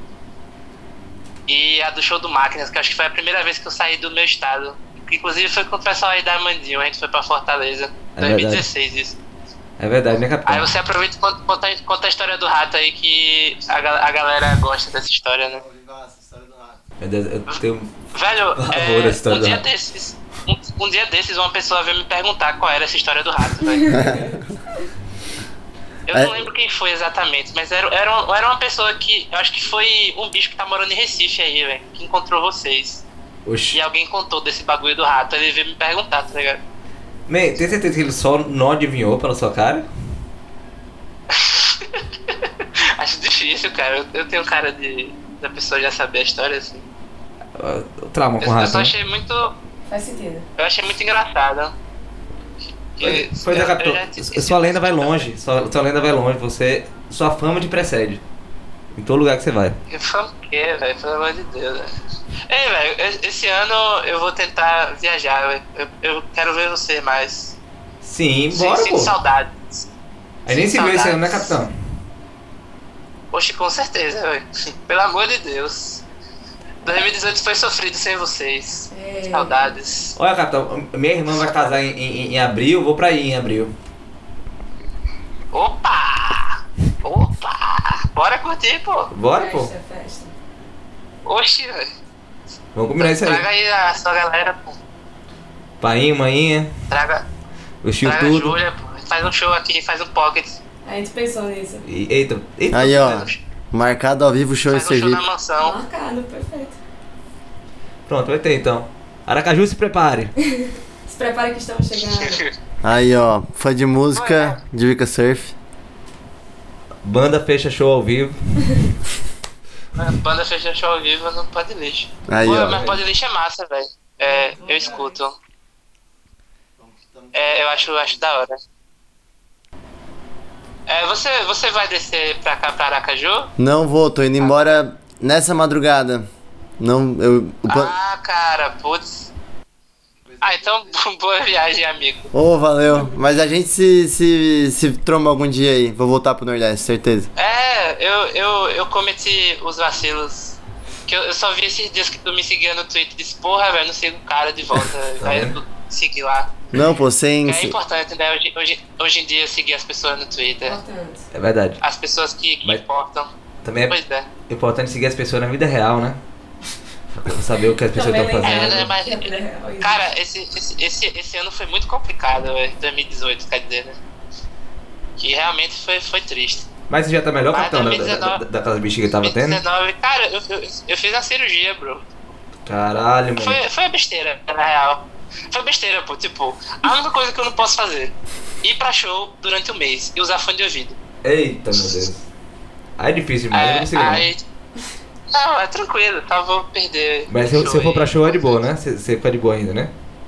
E a do show do Máquinas, que eu acho que foi a primeira vez que eu saí do meu estado. Que inclusive foi com o pessoal aí da Armandinho, a gente foi pra Fortaleza. É 2016 isso. É verdade, né, capitão? Aí você aproveita e conta a história do rato aí, que a galera gosta dessa história, né? Meu Deus, eu tenho Velho, pavor a história do rato. um dia desses uma pessoa veio me perguntar qual era essa história do rato, velho. Eu não lembro quem foi exatamente, mas era uma pessoa que, eu acho que foi um bicho que tá morando em Recife aí, velho, que encontrou vocês. Oxi. E alguém contou desse bagulho do rato, ele veio me perguntar, tá ligado? Man, tem certeza que ele só não adivinhou pela sua cara? Acho difícil, cara. Eu tenho cara da pessoa já saber a história, assim. O trauma com o Eu rato, só né? achei muito. Faz sentido. Eu achei muito engraçado. Pois é, capitão. Sua lenda vai longe. Sua lenda vai longe. Sua fama te precede. Em todo lugar que você vai. Que fã o quê, velho? Pelo amor de Deus, velho. Ei, velho, esse ano eu vou tentar viajar, velho. Eu quero ver você mais. Sim, bora, Sinto pô. saudades. A gente nem se viu esse ano, né, Saudades. capitão? Poxa, com certeza, velho. Pelo amor de Deus. 2018 foi sofrido sem vocês. É. Saudades. Olha, capitão, minha irmã vai casar em abril, vou pra aí em abril. Opa! Bora curtir, pô. Bora, pô. Festa. Oxi, velho. Vamos combinar isso Traga aí. aí a sua galera, pô. Painho, maninha, Traga o tio a tudo. Júlia, pô. Faz um show aqui, faz um pocket. A gente pensou nisso. Eita. Aí, ó. Faz Marcado ao vivo, show em um show na Sergipe. mansão. Marcado, perfeito. Pronto, vai ter então. Aracaju, se prepare. Se prepara que estamos chegando. Aí, ó. Fã de música, de Wicca Surf. Banda fecha show ao vivo. A banda fecha show ao vivo no Pod Lixo. Aí, Pô, ó. mas Pod Lixo é massa, velho. Eu escuto. Eu acho da hora. Você vai descer pra cá, pra Aracaju? Não vou, tô indo embora nessa madrugada. Não, Ah, cara, putz. Ah, então boa viagem, amigo. Ô, valeu. Mas a gente se tromba algum dia aí. Vou voltar pro Nordeste, certeza. Eu cometi os vacilos. Que eu só vi esses dias que tu me seguia no Twitter e disse, porra, velho, não sigo o cara de volta. Aí eu segui lá. Não, pô, sem... É importante, né? Hoje em dia seguir as pessoas no Twitter. Importante. É verdade. As pessoas que importam. Também é Pois é. importante seguir as pessoas na vida real, né? Pra saber o que as pessoas estão fazendo. Mas, cara, esse ano foi muito complicado, velho. 2018, quer dizer, né? Que realmente foi triste. Mas você já tá melhor, Mas capitão, 2019, daquelas bexigas que tava tendo? 2019, cara, eu fiz a cirurgia, bro. Caralho, mano. Foi besteira, na real. Foi besteira, pô. Tipo, a única coisa que eu não posso fazer: ir pra show durante um mês e usar fone de ouvido. Eita, meu Deus. Aí é difícil, mas eu não consigo não, é tranquilo, tá? Vou perder. Mas se eu for pra show é de boa, né? Você fica de boa ainda, né?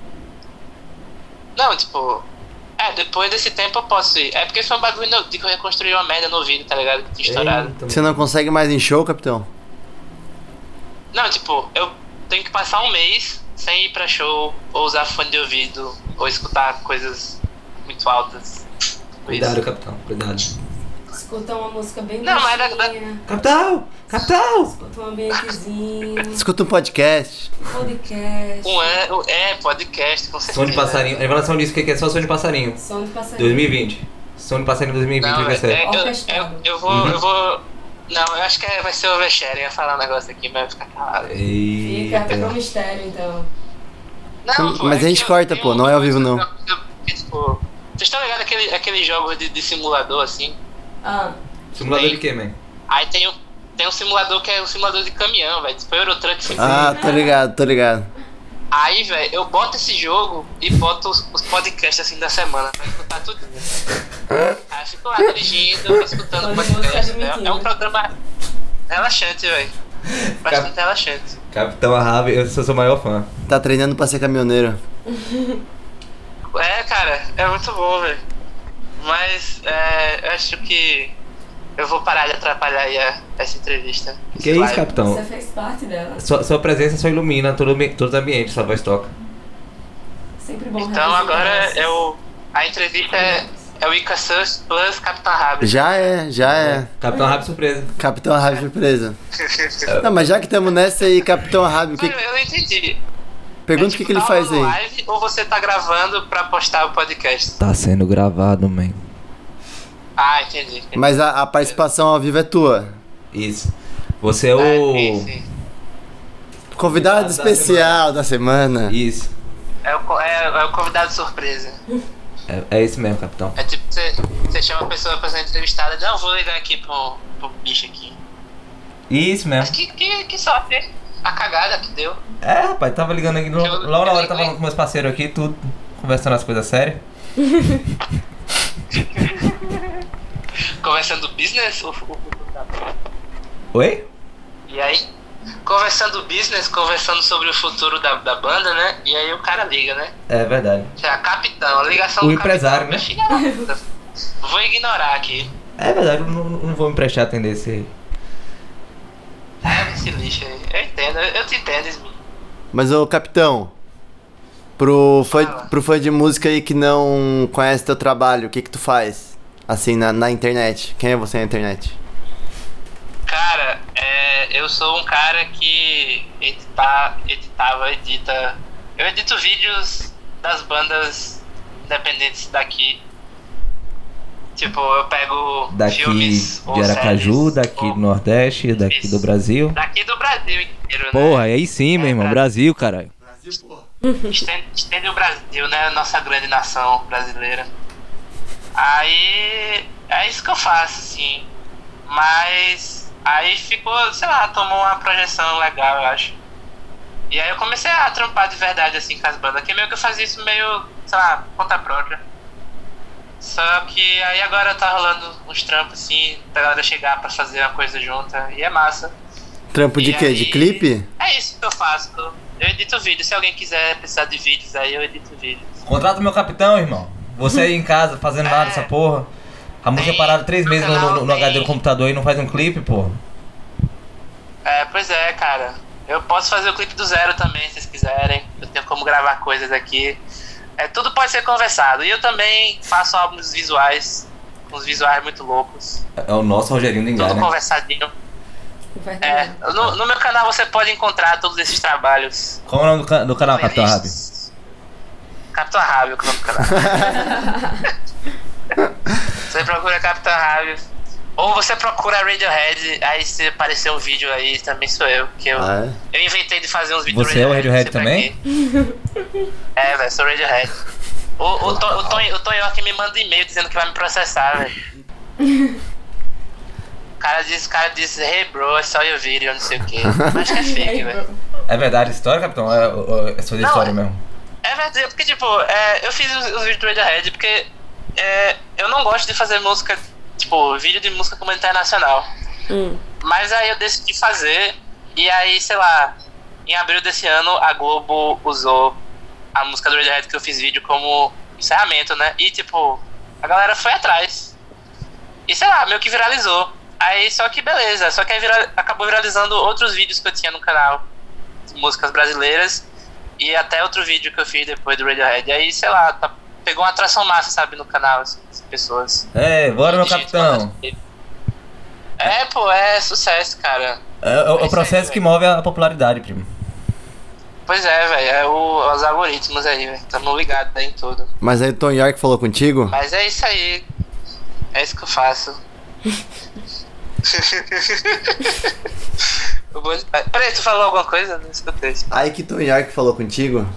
Não, tipo... depois desse tempo eu posso ir. É porque foi um bagulho de que eu reconstruí uma merda no ouvido, tá ligado? Que tinha estourado. Eita, Você não consegue mais em show, capitão? Não, tipo, eu tenho que passar um mês sem ir pra show, ou usar fone de ouvido, ou escutar coisas muito altas. Cuidado, capitão, cuidado. Escuta uma música bem Não, mas baixinha. Capitão! Capitão! Escuta um ambientezinho. Escuta um podcast. Podcast. Podcast, com certeza. Som de passarinho. A revelação disso que é só som de passarinho. Som de passarinho. 2020. Som de passarinho 2020 Não, vai ser. eu vou... Não, eu acho que vai ser o oversharing. Eu ia falar um negócio aqui, mas vai ficar calado. Fica com mistério, então. Não, pô, Mas a gente corta, pô, não é ao vivo, não. Tipo, vocês estão ligados aquele jogo de simulador, assim? Ah, Simulador de quê, man? Aí tem um simulador que é um simulador de caminhão, velho. Tipo Eurotruck Simulator. Ah, tô ligado. Aí, velho, eu boto esse jogo e boto os podcasts assim da semana pra escutar tudo. Aí eu fico lá dirigindo, escutando podcast. É um programa relaxante, velho. Bastante relaxante. Capitão Arrabe, eu sou seu maior fã. Tá treinando pra ser caminhoneiro. Cara, é muito bom, velho. Mas eu acho que eu vou parar de atrapalhar aí essa entrevista. Que isso, capitão? você fez parte dela. Sua presença só ilumina todos os ambientes, sua voz toca. Sempre bom. Então agora a entrevista é o Ica Sus plus Capitão Rabbit. Já é. Capitão Arrabe surpresa. Capitão Arrabe surpresa. Não, mas já que estamos nessa aí, Capitão Arrabe, o que... Eu não entendi. Pergunta o que ele faz aí. Live ou você tá gravando pra postar o podcast? Tá sendo gravado, man. Ah, entendi. Mas a participação ao vivo é tua. Isso. Você é o... Sim. Convidado especial da semana. Isso. É o convidado surpresa. É isso mesmo, capitão. É tipo, você chama a pessoa pra ser entrevistada. Não, vou ligar aqui pro bicho aqui. Isso Mas mesmo. que sorte, hein? A cagada que deu. Rapaz, tava ligando aqui. Logo na hora tava falando com meus parceiros aqui, tudo conversando as coisas sérias. Conversando business? Oi? E aí? Conversando business, conversando sobre o futuro da banda, né? E aí o cara liga, né? É verdade. Capitão, a ligação O do empresário, capitão, né? Filha da puta. Vou ignorar aqui. É verdade, eu não vou me prestar a atender esse... Esse lixo aí. Eu te entendo, Esmi. Mas, ô, capitão, pro fã de música aí que não conhece teu trabalho, o que tu faz? Assim, na internet. Quem é você na internet? Cara, eu sou um cara que edita... Eu edito vídeos das bandas independentes daqui. Tipo, eu pego Daqui filmes de Aracaju, séries, daqui do Nordeste, daqui Isso. do Brasil. Daqui do Brasil inteiro, né? Porra, aí sim, meu irmão. Brasil, caralho. Estende o Brasil, né? Nossa grande nação brasileira. Aí é isso que eu faço, assim. Mas aí ficou, sei lá, tomou uma projeção legal, eu acho. E aí eu comecei a trampar de verdade, assim, com as bandas. Que meio que eu fazia isso meio, sei lá, conta própria. Só que aí agora tá rolando uns trampos, assim, pra galera chegar pra fazer uma coisa junta. E é massa. Trampo de E quê? aí, De clipe? É isso que eu faço. Eu edito vídeo. Se alguém quiser precisar de vídeos aí, eu edito vídeos. Contrata o meu capitão, irmão. Você aí em casa, fazendo nada essa porra. A música é parada 3 meses no HD do computador e não faz um clipe, porra. Pois é, cara. Eu posso fazer o clipe do zero também, se vocês quiserem. Eu tenho como gravar coisas aqui. Tudo pode ser conversado. E eu também faço álbuns visuais, uns visuais muito loucos. É o nosso Rogerinho do Engar, Tudo né? conversadinho. No meu canal você pode encontrar todos esses trabalhos. Qual é o nome do canal, Capitão Rabi? Capitão Rabi, o nome do canal. Você procura Capitão Rabi. Ou você procura Radiohead, aí se aparecer um vídeo aí, também sou eu. Que eu inventei de fazer uns vídeos Você é o Radiohead também? Velho, sou Radiohead. O Tom York me manda e-mail dizendo que vai me processar, velho. O cara disse, hey bro, é só eu vídeo, não sei o que. Mas que é fake, velho. É verdade a história, Capitão? É só de história mesmo? É verdade, porque tipo, eu fiz os vídeos do Radiohead porque eu não gosto de fazer música, tipo, vídeo de música como internacional. Mas aí eu decidi fazer, e aí, sei lá, em abril desse ano a Globo usou a música do Radiohead que eu fiz vídeo como encerramento, né? E tipo, a galera foi atrás. E sei lá, meio que viralizou. Aí só que beleza, só que aí acabou viralizando outros vídeos que eu tinha no canal, de músicas brasileiras, e até outro vídeo que eu fiz depois do Radiohead. E aí, sei lá, pegou uma atração massa, sabe, no canal, assim, as pessoas. Bora, meu capitão. Pô, é sucesso, cara. É o processo que move a popularidade, primo. Pois é, velho, os algoritmos aí, velho, tamo ligados aí em tudo. Mas aí o Tom York falou contigo? Mas é isso aí, é isso que eu faço. Peraí, tu falou alguma coisa? Não escutei. Aí que Tom York falou contigo?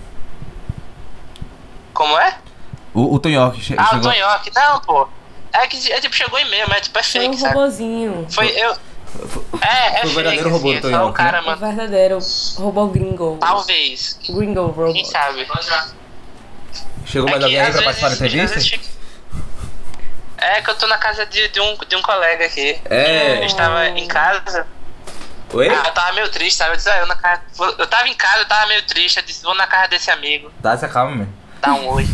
Como é? O Tom York chegou... o Tom York, não, pô. Tipo, chegou em-mail, mas tipo, é Foi fake, um sabe? robozinho. Foi eu. Foi o verdadeiro robô do Tom só o York, cara, né? O mano. verdadeiro robô gringo. Talvez. Gringo robot. Quem sabe? Chegou mais alguém aí pra participar da entrevista? É que eu tô na casa de um colega aqui. É. Eu estava em casa. Oi? Eu tava meio triste, sabe? Eu disse, eu tava em casa, eu tava meio triste. Eu disse, vou na casa desse amigo. Tá, se acalma, meu. Dar um oi.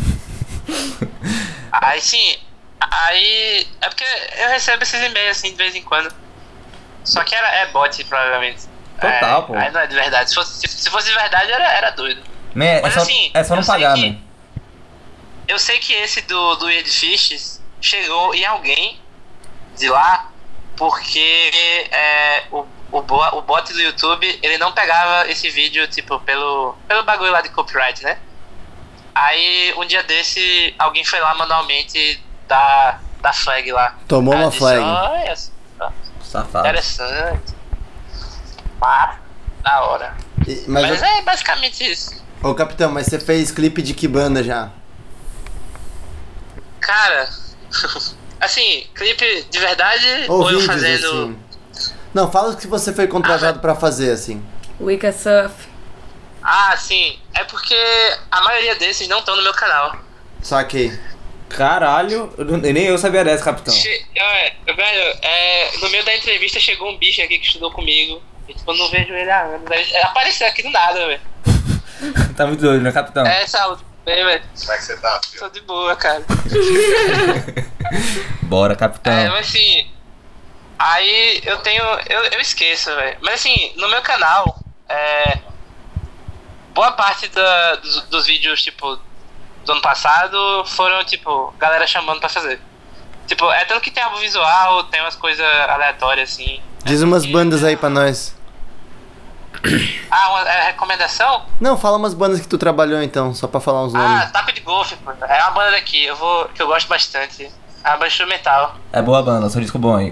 Aí sim. Aí. É porque eu recebo esses e-mails assim de vez em quando. Só que é bot, provavelmente. Total, pô. Aí não é de verdade. Se fosse de verdade, era doido. Man, Mas, assim, é só não eu sei pagar, que- man. Eu sei que esse do Weird Fishes chegou em alguém de lá porque o bot do YouTube, ele não pegava esse vídeo, tipo, pelo bagulho lá de copyright, né? Aí, um dia desse, alguém foi lá manualmente da flag lá. Tomou Aí uma eu disse, flag. Olha, Safado. interessante. Da hora. Mas é basicamente isso. Ô capitão, mas você fez clipe de que banda já? Cara, assim, clipe de verdade ou eu vídeos, fazendo... assim. Não, fala o que você foi contratado pra fazer, assim. Wicca Surf. Ah, sim. É porque a maioria desses não estão no meu canal. Saquei. Caralho, nem eu sabia dessa, capitão. Velho, no meio da entrevista chegou um bicho aqui que estudou comigo. E tipo, eu não vejo ele há anos. Ele apareceu aqui do nada, velho. Tá muito doido, né, capitão? Saúde. Bem, velho. Como é que você tá, filho? Tô de boa, cara. Bora, capitão. Mas assim... Aí eu tenho... Eu esqueço, velho. Mas assim, no meu canal... boa parte dos vídeos, tipo... do ano passado foram, tipo, galera chamando pra fazer. Tipo, tanto que tem álbum visual, tem umas coisas aleatórias, assim. Diz umas bandas aí pra nós. Uma recomendação? Não, fala umas bandas que tu trabalhou então, só pra falar uns nomes. Taco de Golfe, pô. É uma banda daqui, que eu gosto bastante. É uma banda instrumental. É boa banda, seu disco bom aí.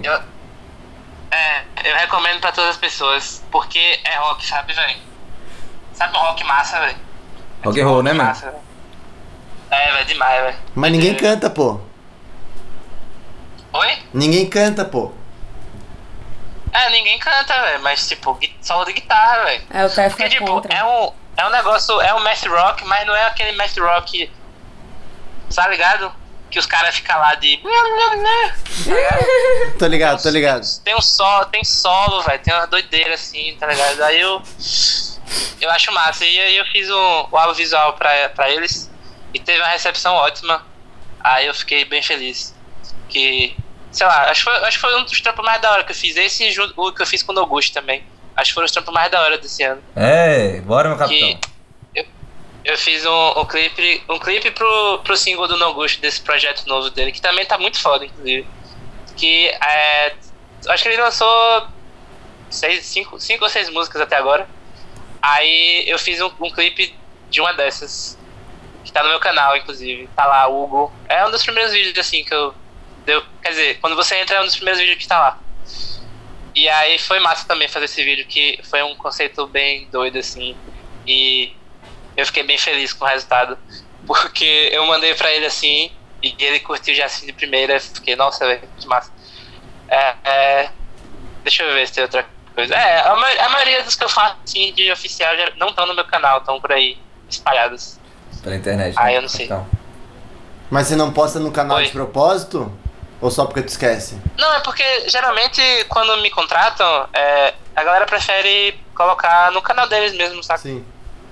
Eu recomendo pra todas as pessoas, porque é rock, sabe, velho? Sabe um rock massa, velho? Rock and roll, né, mano? Massa, velho. Velho, demais, velho. Mas ninguém canta, pô. Oi? Ninguém canta, pô. Ninguém canta, velho, mas tipo, solo de guitarra, velho. É o Tef Porque, é tipo, contra. é um negócio, é um math rock, mas não é aquele math rock, tá ligado? Que os caras ficam lá de... Tô ligado, tô ligado. Tem solo, velho, tem uma doideira assim, tá ligado? Aí eu acho massa. E aí eu fiz o álbum visual pra eles e teve uma recepção ótima. Aí eu fiquei bem feliz. Que, sei lá, acho que foi um dos trampos mais da hora que eu fiz. Esse e o que eu fiz com o Augusto também. Acho que foram os trampos mais da hora desse ano. Bora, meu capitão. Que eu fiz um clipe pro single do Noguchi, desse projeto novo dele, que também tá muito foda, inclusive. Que acho que ele lançou 5 ou 6 músicas até agora. Aí eu fiz um clipe de uma dessas, que tá no meu canal, inclusive. Tá lá, Hugo. É um dos primeiros vídeos, assim, quer dizer, quando você entra, é um dos primeiros vídeos que tá lá. E aí foi massa também fazer esse vídeo, que foi um conceito bem doido, assim. E eu fiquei bem feliz com o resultado. Porque eu mandei pra ele, assim, e ele curtiu já assim de primeira. Fiquei, nossa, velho, que massa. Deixa eu ver se tem outra coisa. A maioria dos que eu faço, assim, de oficial já não estão no meu canal, estão por aí, espalhados. Pela internet. Ah, eu não sei. Então. Mas você não posta no canal Oi. de propósito? Ou só porque tu esquece? Não, é porque geralmente quando me contratam, a galera prefere colocar no canal deles mesmo, sabe? Sim.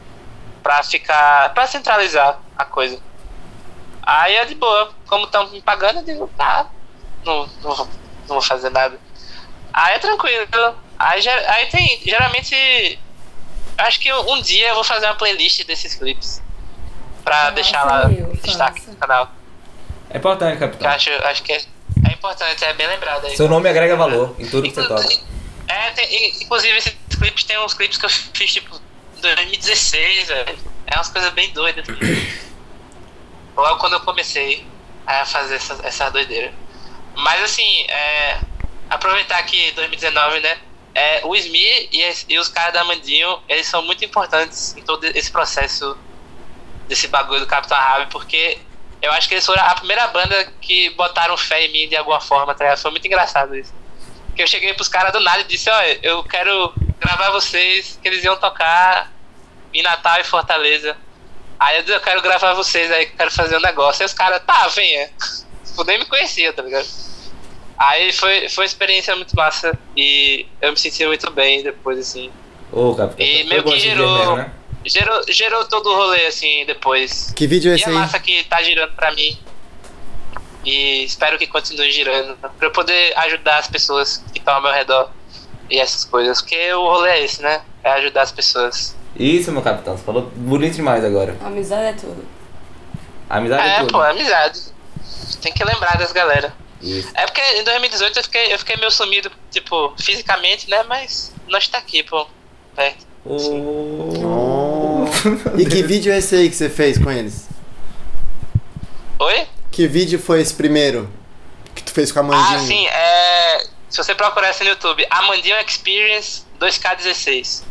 Pra centralizar a coisa. Aí é de boa, como estão me pagando, eu digo, tá, não vou fazer nada. Aí é tranquilo. Aí tem, geralmente, acho que um dia eu vou fazer uma playlist desses clipes pra deixar lá em destaque no canal. É importante, Que capitão. eu acho que é importante, é bem lembrado aí. Seu nome agrega valor em tudo que você toca. Inclusive esses clipes, tem uns clipes que eu fiz tipo em 2016, velho. É umas coisas bem doidas. Logo quando eu comecei a fazer essa doideira. Mas assim, aproveitar que 2019, né? O SMI e os caras da Mandinho, eles são muito importantes em todo esse processo desse bagulho do Capitão Rab, porque eu acho que eles foram a primeira banda que botaram fé em mim de alguma forma, tá ligado? Foi muito engraçado isso. Porque eu cheguei pros caras do nada e disse, olha, eu quero gravar vocês, que eles iam tocar em Natal e Fortaleza. Aí eu disse, eu quero gravar vocês aí, que eu quero fazer um negócio. Aí os caras, tá, venha. Tipo, nem me conhecia, tá ligado? Aí foi uma experiência muito massa e eu me senti muito bem depois, assim. Ô, capitão. E foi meio bom que esse dia gerou, mesmo, né? gerou todo o rolê, assim, depois. Que vídeo é E esse é aí? massa que tá girando pra mim. E espero que continue girando, pra eu poder ajudar as pessoas que estão ao meu redor e essas coisas. Porque o rolê é esse, né? É ajudar as pessoas. Isso, meu capitão. Você falou bonito demais agora. Amizade é tudo. A amizade é tudo. Pô, amizade. Tem que lembrar das galera. Isso. É porque em 2018 eu fiquei meio sumido, tipo, fisicamente, né? Mas nós tá aqui, pô, perto. Oh. E que vídeo é esse aí que você fez com eles? Oi? Que vídeo foi esse primeiro? Que tu fez com a Mandinho? Ah, sim, se você procurar assim no YouTube, Amandinho Experience 2K16.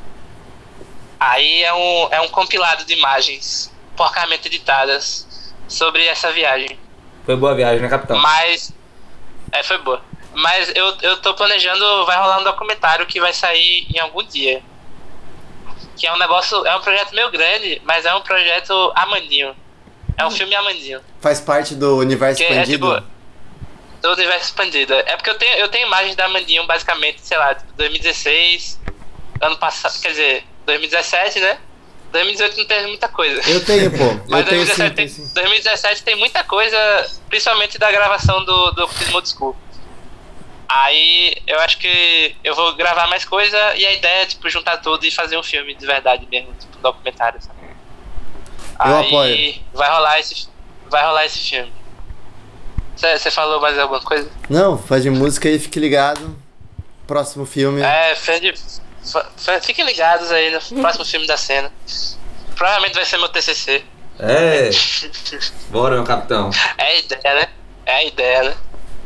Aí é um compilado de imagens porcamente editadas sobre essa viagem. Foi boa a viagem, né, capitão? Mas. Foi boa. Mas eu tô planejando, vai rolar um documentário que vai sair em algum dia. Que é um negócio, é um projeto meio grande, mas é um projeto Amandinho. É um filme Amandinho. Faz parte do universo Que expandido? é tipo, do universo expandido. É porque eu tenho imagens da Amandinho, basicamente, sei lá, tipo, 2016, ano passado, quer dizer, 2017, né? 2018 não teve muita coisa. Eu tenho, pô. Mas Eu tenho 2017, sim. 2017 tem muita coisa, principalmente da gravação do Ocultismo Old School. Aí eu acho que eu vou gravar mais coisa e a ideia é tipo juntar tudo e fazer um filme de verdade mesmo, tipo um documentário, sabe? Eu Aí apoio. vai rolar esse filme. Você falou mais alguma coisa? Não, faz de música aí, fique ligado. Próximo filme. Fiquem ligados aí no próximo filme da cena. Provavelmente vai ser meu TCC. Bora, meu capitão. É a ideia, né? É a ideia, né?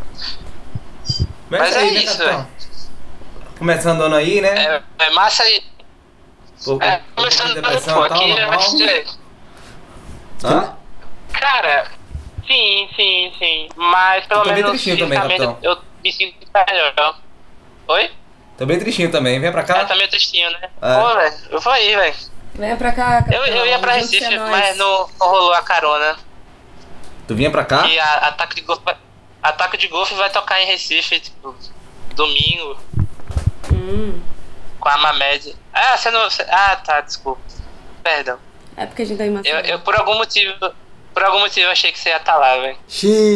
Mas aí, é né, isso, capitão? Começando o ano aí, né? É massa aí. Começando Começando pô, aqui eu acho que... Hã? Cara, sim. Mas pelo Eu tô bem menos tristinho também, fisicamente capitão. eu me sinto melhor. Oi? Tô bem tristinho também. Vem pra cá. Tá meio tristinho, né? É. Pô, velho, eu vou aí, velho. Venha pra cá, capitão. Eu ia pra junte-se Recife, a nós. mas não rolou a carona. Tu vinha pra cá? E Ataque de Golfe vai tocar em Recife, tipo, domingo, com a Mamed. Ah, você não... Ah, tá, desculpa. Perdão. É porque a gente tá em Maceió. Eu por algum motivo achei que você ia estar lá, velho.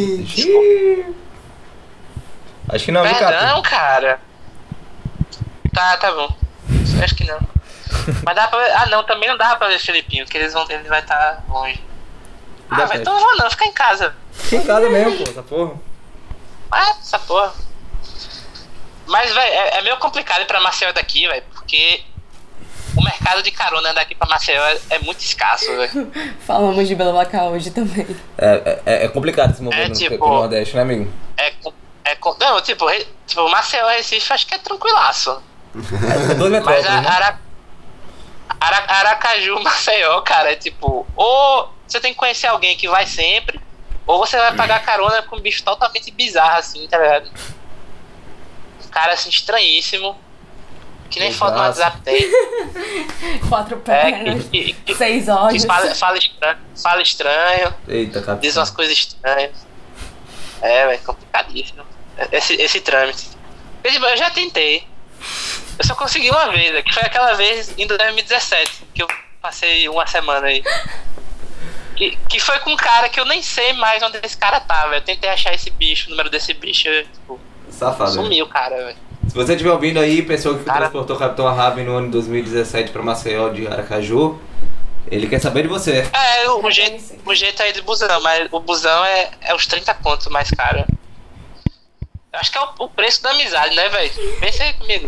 Xiii. Acho que não, viu, capitão? Perdão, cara. Tá bom. Acho que não. Mas dá pra ver. Ah, não, também não dá pra ver Felipinho, porque ele vai estar longe. Ah, vai, então não vou não, ficar em casa. Fica em casa mesmo, pô, essa porra. Ah, essa porra. Mas, velho, é meio complicado ir pra Maceió daqui, velho, porque o mercado de carona daqui pra Maceió é muito escasso, velho. Falamos de BlaBlaCar hoje também. É complicado esse movimento tipo, pro Nordeste, né, amigo? Não, tipo, Maceió, Recife, acho que é tranquilaço. Dois metrópoles, Mas né? Aracaju, Maceió, cara, é tipo, ou você tem que conhecer alguém que vai sempre, ou você vai pagar carona com um bicho totalmente bizarro, assim, tá ligado? Um cara, assim, estranhíssimo, que nem foto no WhatsApp tem. 4 pernas, 6 olhos. Que fala estranho, Eita, cara. diz umas coisas estranhas. É complicadíssimo. Esse trâmite. Eu já tentei. Eu só consegui uma vez, que foi aquela vez em 2017, que eu passei uma semana aí. Que foi com um cara que eu nem sei mais onde esse cara tava. Eu tentei achar esse bicho, o número desse bicho, tipo, Safado. sumiu, cara, velho. Se você estiver ouvindo aí, pessoa que transportou o Capitão Ahab no ano de 2017 pra Maceió de Aracaju, ele quer saber de você. O jeito aí de busão, mas o busão é os 30 contos mais caro. Eu acho que é o preço da amizade, né, velho? Pensa aí comigo.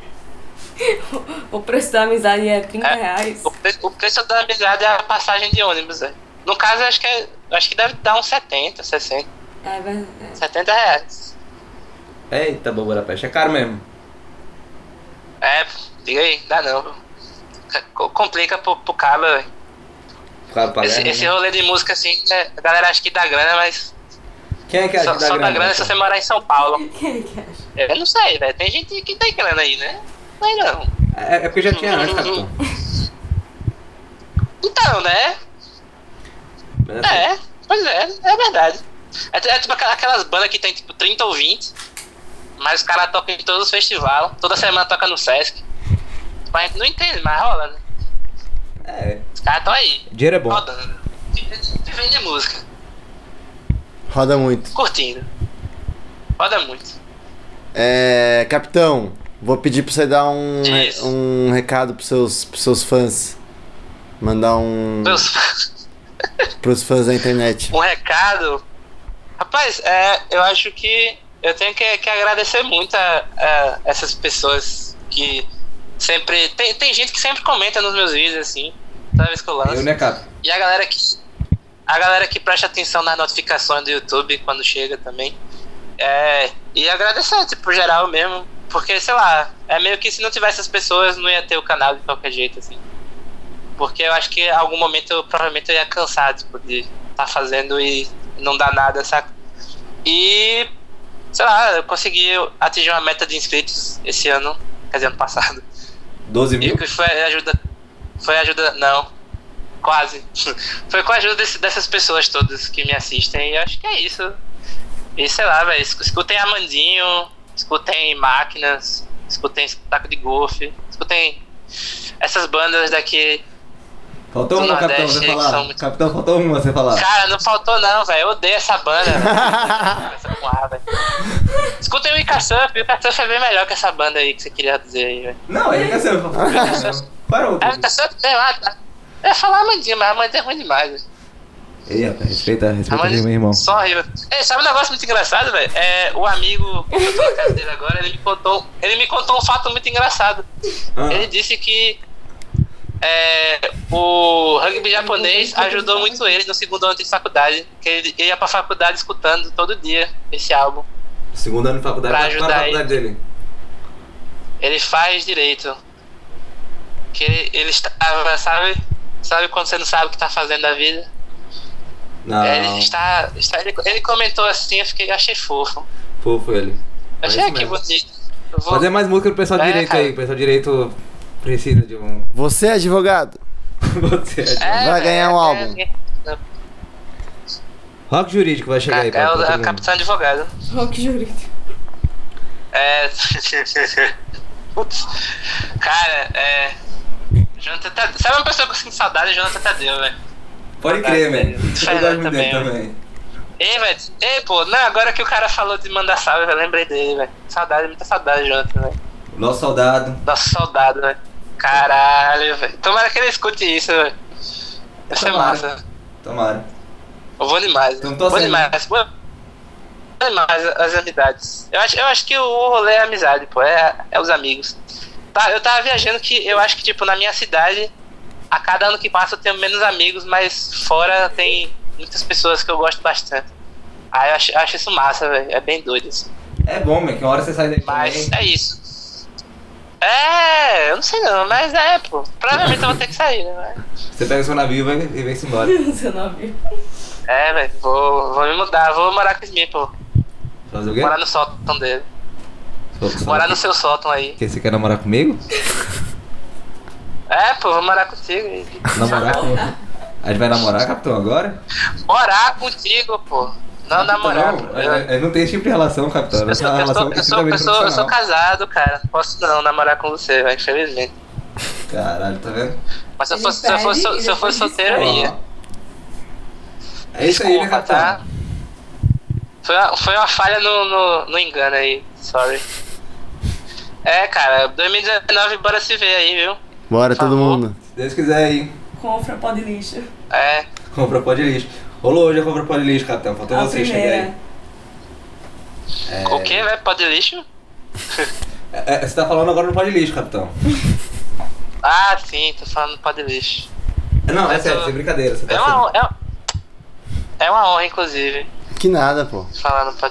O preço da amizade é 30 reais. O preço da amizade é a passagem de ônibus, velho. No caso, acho que deve dar uns 70, 60. É verdade. 70 reais. Eita, Bobora Peste, é caro mesmo. Diga aí, dá não. Complica pro cara, velho. Caro pra Esse rolê de música, assim, a galera acha que dá grana, mas Quem é que acha que dá só grana? dá grana se você morar em São Paulo. Quem é que acha? Eu não sei, velho. Tem gente que tem grana aí, né? Não. É porque já tinha antes, Capitão. Então, né? Pois é verdade. É tipo aquelas bandas que tem tipo 30 ou 20, mas os caras tocam em todos os festivais, toda semana toca no Sesc. Tipo, a gente não entende, mas rola, né? Os caras tão aí. Dinheiro é bom. Rodando. Vivendo de música. Roda muito. Curtindo. Roda muito. Capitão, vou pedir pra você dar Isso. um recado pros seus fãs. Mandar pros fãs da internet. Um recado. Rapaz, eu acho que eu tenho que agradecer muito a essas pessoas que sempre. Tem gente que sempre comenta nos meus vídeos, assim, toda vez que eu lanço. Eu, né, cara? E a galera que presta atenção nas notificações do YouTube quando chega também. E agradecer, tipo, geral mesmo. Porque, sei lá, é meio que se não tivesse as pessoas, não ia ter o canal de qualquer jeito, assim. Porque eu acho que em algum momento provavelmente eu ia cansar, tipo, de estar fazendo e não dar nada, saca? E, sei lá, eu consegui atingir uma meta de inscritos esse ano, quer dizer, ano passado. 12 mil? E que foi ajuda, não, quase. Foi com a ajuda dessas pessoas todas que me assistem, e eu acho que é isso. E sei lá, velho, escutem Amandinho, escutem Máquinas, escutem Taco de Golfe, escutem essas bandas daqui. Faltou uma, Capitão, você falar. Muito... Capitão, faltou uma, você falar. Cara, não faltou não, velho. Eu odeio essa banda. Escutem o Ica Surf. O Ica Surf é bem melhor que essa banda aí que você queria dizer aí, velho. Não, ele quer ser. Qual era o outro? O Ica Surf, sei lá. Eu ia falar Amandinha, mas a Amandinha é ruim demais, velho. Ei, rapaz, respeita aí, meu irmão. Só horrível. Sabe um negócio muito engraçado, velho? O amigo, que eu tô na casa dele agora, ele me contou um fato muito engraçado. Ele disse que o rugby japonês ajudou muito ele no segundo ano de faculdade, que ele ia pra faculdade escutando todo dia esse álbum. Segundo ano de faculdade, pra qual ajudar é a faculdade dele? Ele faz direito. Que ele estava, sabe quando você não sabe o que tá fazendo da vida? Não. Ele comentou assim, eu achei fofo. Fofo ele. Achei que bonito. Fazer mais música pro pessoal direito cara. aí, o pessoal direito precisa de um... Você é advogado? Você é Vai ganhar um álbum. Rock Jurídico vai chegar aí. É o Capitão Advogado. Rock jurídico. Putz. Cara, Jonathan Tadeu. Sabe uma pessoa que eu sinto saudade? Jonathan Tadeu, velho. Pode crer, velho. Eu gosto muito dele também. também. Pô, não, agora que o cara falou de mandar salve, eu lembrei dele, velho. Muita saudade, Jonathan, velho. Nosso soldado. Nosso soldado, velho. Caralho, velho. Tomara que ele escute isso, velho. Vai ser massa. Tomara. Eu vou demais. Então, Vou demais. Vou demais as amizades. Eu acho que o rolê é a amizade, pô. É os amigos. Tá, eu tava viajando que eu acho que, tipo, na minha cidade, a cada ano que passa eu tenho menos amigos, mas fora tem muitas pessoas que eu gosto bastante. Aí eu acho isso massa, velho. É bem doido, assim. É bom, meu, que uma hora você sai daqui Mas também. é isso. Eu não sei não, mas pô. Provavelmente eu vou ter que sair, né? Você pega o seu navio e vai-se embora. Seu navio. Velho. Vou me mudar. Vou morar com o Smith, pô. Fazer o quê? Morar no sótão dele. Só Morar no seu sótão aí. Que você quer namorar comigo? Pô, vou morar contigo. Namorar com... A gente vai namorar, capitão, agora? Morar contigo, pô. Não namorar. Não, não tem esse tipo de relação, capitão. Eu Essa relação é extremamente sou profissional. casado, cara. Não posso não namorar com você, velho. Infelizmente. Caralho, tá vendo? Mas se eu Ele fosse, pede e se eu depois fosse solteiro, eu ia. É isso aí, né, Desculpa, capitão? tá? Foi uma falha no engano aí. Sorry. Cara, 2019, bora se ver aí, viu? Bora, Por todo favor. mundo. Se Deus quiser aí. Compra pó de lixo. Compra pó de lixo. Rolou hoje a compra pó de lixo, capitão. Faltou A você chegar primeira. aí. O que, velho? Pó de lixo? Você tá falando agora no pó de lixo, capitão. Ah, sim, tô falando pó de lixo. Não, é Eu sério, tô- sem brincadeira. Você tá É uma honra, inclusive, Que nada, pô. falando pó de...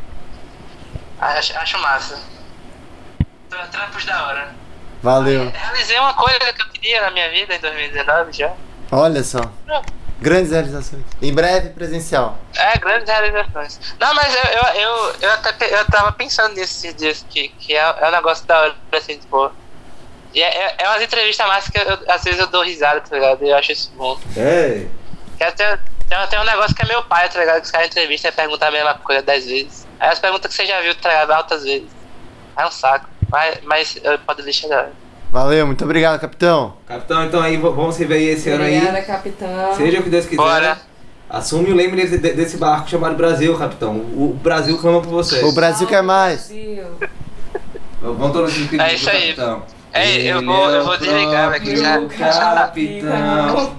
Acho massa. Trampos da hora. Valeu. Realizei uma coisa que eu queria na minha vida em 2019 já. Olha só. Grandes realizações. Em breve, presencial. Grandes realizações. Não, mas eu tava pensando nesses dias que é um negócio da hora, assim, tipo. E é umas entrevistas massas que às vezes eu dou risada, tá ligado? Eu acho isso bom. É. Tem um negócio que é meu pai, tá ligado? Que os caras entrevistam e perguntam a mesma coisa 10 vezes. Aí as perguntas que você já viu, tá ligado? Altas vezes. É um saco. Mas pode deixar da hora. Valeu, muito obrigado, capitão. Capitão, então aí vamos se ver aí esse ano Obrigada, aí. capitão. Seja o que Deus quiser. Bora. Assume o leme desse barco chamado Brasil, capitão. O Brasil clama por você. O Brasil quer mais. Brasil. Vamos todos nos É isso aí. capitão. Eu vou desligar, velho, que já... Capitão.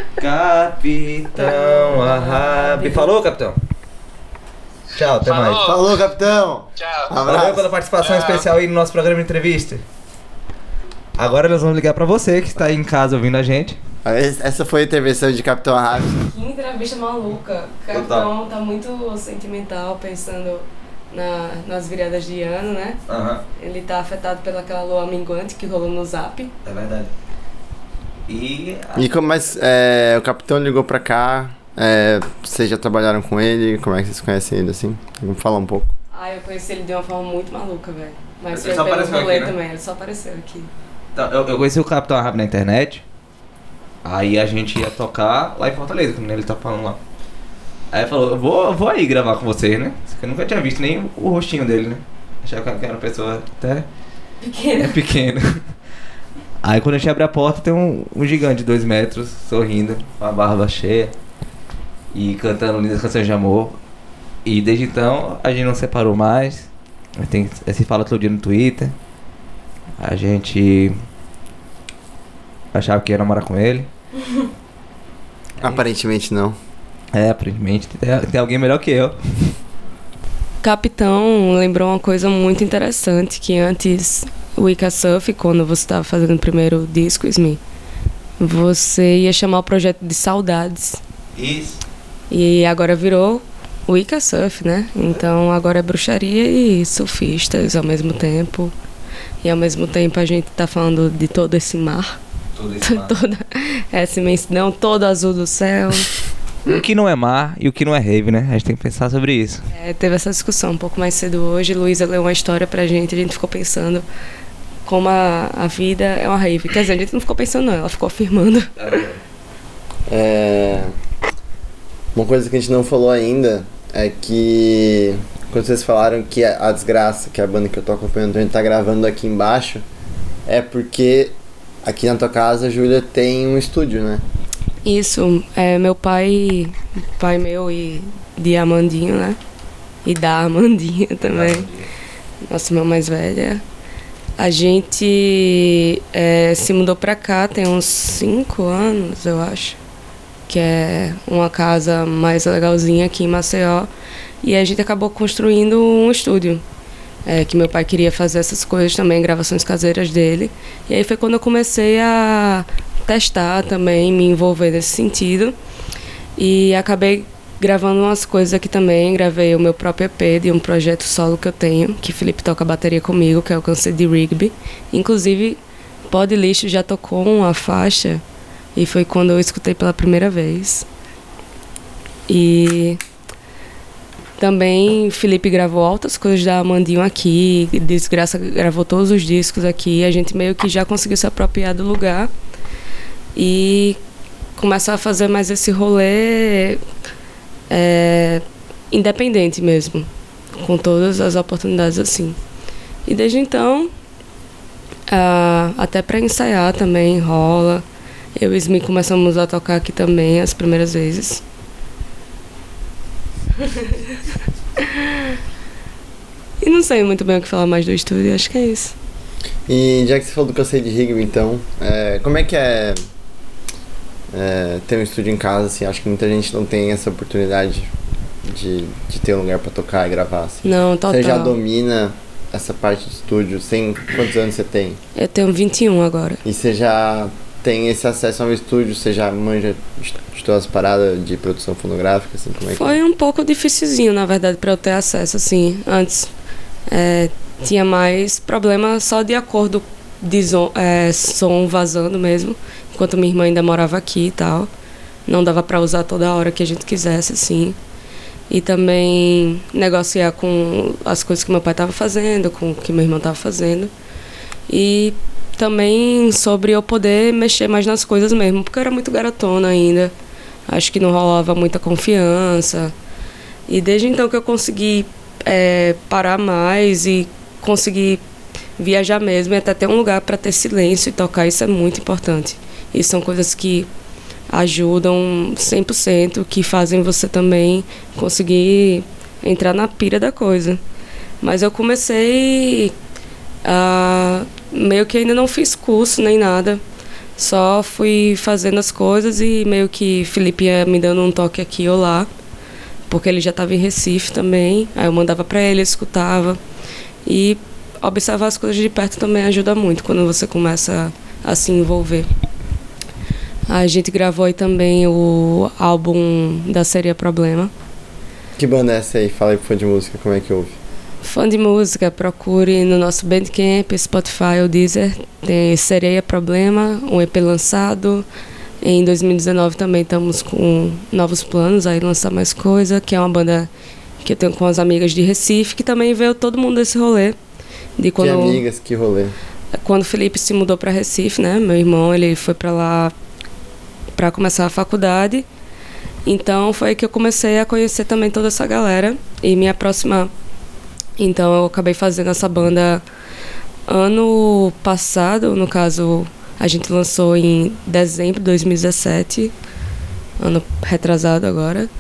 Capitão Arrabi. Falou, capitão? Tchau, até Falou. mais. Falou, capitão. Tchau. Abraço. Valeu pela participação Tchau. especial aí no nosso programa de entrevista. Agora nós vamos ligar pra você que está aí em casa ouvindo a gente. Essa foi a intervenção de Capitão Arrabi. Que entrevista maluca. O capitão tá muito sentimental, pensando nas viradas de ano, né? Aham, Ele tá afetado pelaquela lua minguante que rolou no Zap. é verdade. E Mas o capitão ligou pra cá. Vocês já trabalharam com ele? Como é que vocês conhecem ele assim? Vamos falar um pouco. Eu conheci ele de uma forma muito maluca, velho. Mas Ele foi só pelo apareceu rolê aqui, né? também, ele só apareceu aqui. então, eu conheci o Capitão Arrabi na internet. Aí a gente ia tocar lá em Fortaleza, como ele tá falando lá. Aí ele falou, eu vou aí gravar com vocês, né? Porque eu nunca tinha visto nem o rostinho dele, né? Achava que era uma pessoa até Pequeno. pequena. Aí quando a gente abre a porta tem um gigante de 2 metros, sorrindo, com a barba cheia. E cantando lindas canções de amor. E desde então a gente não separou mais. Se fala todo dia no Twitter. A gente achava que ia namorar com ele. Aparentemente não. Aparentemente tem alguém melhor que eu. Capitão lembrou uma coisa muito interessante, que antes o Ika Surf, quando você estava fazendo o primeiro disco, Smith, você ia chamar o projeto de Saudades. Isso. E agora virou o Ika Surf, né? Então agora é bruxaria e surfistas ao mesmo tempo. E ao mesmo tempo a gente tá falando de todo esse mar. Tudo isso. Toda essa imensidão, todo azul do céu. O que não é mar e o que não é rave, né? A gente tem que pensar sobre isso. Teve essa discussão um pouco mais cedo hoje. Luísa leu uma história pra gente, a gente ficou pensando como a vida é uma rave. Quer dizer, a gente não ficou pensando não, ela ficou afirmando. Uma coisa que a gente não falou ainda é que quando vocês falaram que a Desgraça, que é a banda que eu tô acompanhando, a gente tá gravando aqui embaixo, é porque aqui na tua casa a Júlia tem um estúdio, né? Isso, meu pai meu e de Amandinho, né? E da Amandinha também, nossa irmã mais velha. A gente se mudou pra cá tem uns 5 anos, eu acho. Que é uma casa mais legalzinha aqui em Maceió. E a gente acabou construindo um estúdio. Que meu pai queria fazer essas coisas também, gravações caseiras dele. E aí foi quando eu comecei a testar também, me envolver nesse sentido. E acabei gravando umas coisas aqui também. Gravei o meu próprio EP de um projeto solo que eu tenho, que Felipe toca bateria comigo, que é o Câncer de Rigby. Inclusive, Pó de Lixo já tocou uma faixa e foi quando eu escutei pela primeira vez. E também Felipe gravou altas coisas da Amandinho aqui, Desgraça gravou todos os discos aqui. A gente meio que já conseguiu se apropriar do lugar e começar a fazer mais esse rolê independente mesmo, com todas as oportunidades assim. E desde então, até para ensaiar também rola. Eu e Ismi começamos a tocar aqui também as primeiras vezes. E não sei muito bem o que falar mais do estúdio, acho que é isso. E já que você falou do Câncer de Rigby, então, como é que é ter um estúdio em casa, assim? Acho que muita gente não tem essa oportunidade de ter um lugar pra tocar e gravar, assim. Não, total. Você já domina essa parte do estúdio? Quantos anos você tem? Eu tenho 21 agora. E você já tem esse acesso ao estúdio? Você já manja de todas as paradas de produção fonográfica, assim? Como é que Foi um pouco dificilzinho, na verdade, pra eu ter acesso, assim. Antes tinha mais problema só de acordo de som vazando mesmo, enquanto minha irmã ainda morava aqui e tal. Não dava pra usar toda hora que a gente quisesse, assim. E também negociar com as coisas que meu pai estava fazendo, com o que meu irmão estava fazendo. E também sobre eu poder mexer mais nas coisas mesmo, porque eu era muito garotona ainda. Acho que não rolava muita confiança. E desde então que eu consegui parar mais e conseguir viajar mesmo, e até ter um lugar para ter silêncio e tocar, isso é muito importante. E são coisas que ajudam 100%, que fazem você também conseguir entrar na pira da coisa. Mas eu comecei meio que ainda não fiz curso nem nada, só fui fazendo as coisas e meio que Felipe ia me dando um toque aqui ou lá, porque ele já estava em Recife também, aí eu mandava para ele, escutava, e observar as coisas de perto também ajuda muito quando você começa a se envolver. A gente gravou aí também o álbum da Seria Problema. Que banda é essa aí? Fala aí pro fã de música, como é que ouve? Fã de música, procure no nosso Bandcamp, Spotify ou Deezer. Tem Seria Problema, um EP lançado. Em 2019 também estamos com novos planos, aí lançar mais coisa, que é uma banda que eu tenho com as amigas de Recife, que também veio todo mundo desse rolê. De quando, que amigas, que rolê? Quando o Felipe se mudou para Recife, né? Meu irmão, ele foi para lá para começar a faculdade. Então foi que eu comecei a conhecer também toda essa galera e me aproximar. Então eu acabei fazendo essa banda ano passado, no caso a gente lançou em dezembro de 2017, ano retrasado agora,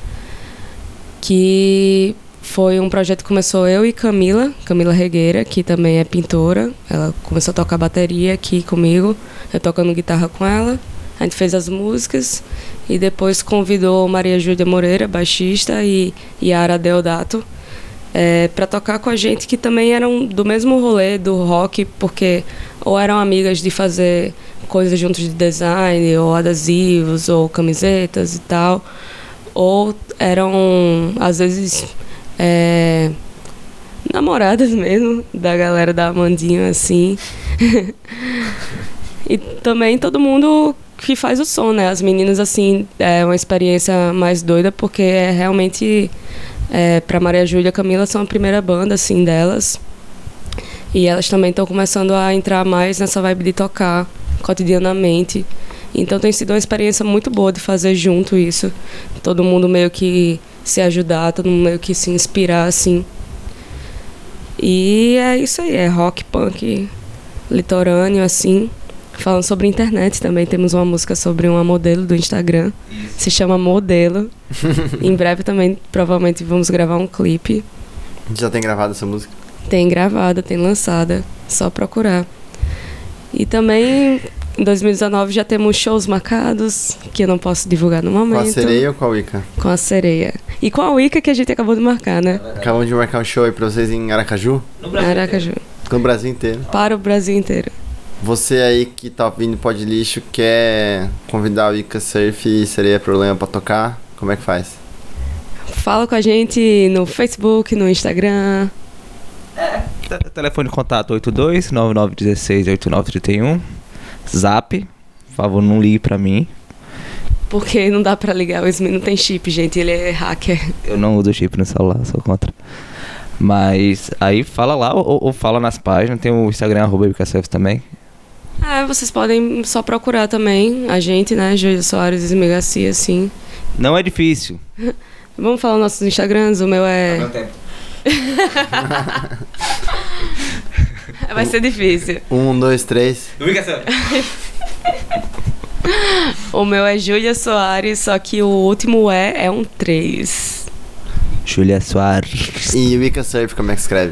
que foi um projeto que começou eu e Camila Regueira, que também é pintora. Ela começou a tocar bateria aqui comigo, eu tocando guitarra com ela. A gente fez as músicas e depois convidou Maria Júlia Moreira, baixista, e Yara Deodato para tocar com a gente, que também eram do mesmo rolê do rock, porque ou eram amigas de fazer coisas juntos de design, ou adesivos, ou camisetas e tal, ou eram, às vezes, namoradas mesmo, da galera da Amandinho, assim. E também todo mundo que faz o som, né? As meninas, assim, é uma experiência mais doida, porque realmente, pra Maria Júlia e Camila, são a primeira banda, assim, delas. E elas também estão começando a entrar mais nessa vibe de tocar cotidianamente. Então tem sido uma experiência muito boa de fazer junto isso. Todo mundo meio que se ajudar, todo mundo meio que se inspirar, assim. E é isso aí, é rock, punk, litorâneo, assim. Falando sobre internet também, temos uma música sobre uma modelo do Instagram. Se chama Modelo. Em breve também, provavelmente, vamos gravar um clipe. Já tem gravado essa música? Tem gravada, tem lançada. Só procurar. E também, em 2019, já temos shows marcados, que eu não posso divulgar no momento. Com a Sereia ou com a Wicca? Com a Sereia. E com a Wicca, que a gente acabou de marcar, né? Acabamos de marcar um show aí pra vocês em Aracaju? Aracaju. No Brasil inteiro. Para o Brasil inteiro. Você aí que tá ouvindo Pod Lixo, quer convidar a Wicca Surf e Sereia Problema pra tocar? Como é que faz? Fala com a gente no Facebook, no Instagram. Telefone de contato 82-9916-8931. Zap. Por favor, não ligue pra mim. Porque não dá pra ligar, o Ismi não tem chip, gente, ele é hacker. Eu não uso chip no celular, sou contra. Mas aí fala lá ou fala nas páginas. Tem o Instagram, @WiccaSurf também. Vocês podem só procurar também a gente, né? Júlia Soares e Ismi Garcia, assim. Não é difícil. Vamos falar nossos Instagrams, o meu é... Meu tempo. Vai ser difícil. 1, 2, 3. O meu é Júlia Soares, só que o último é um 3. Júlia Soares. E Wicca Surf, como é que escreve?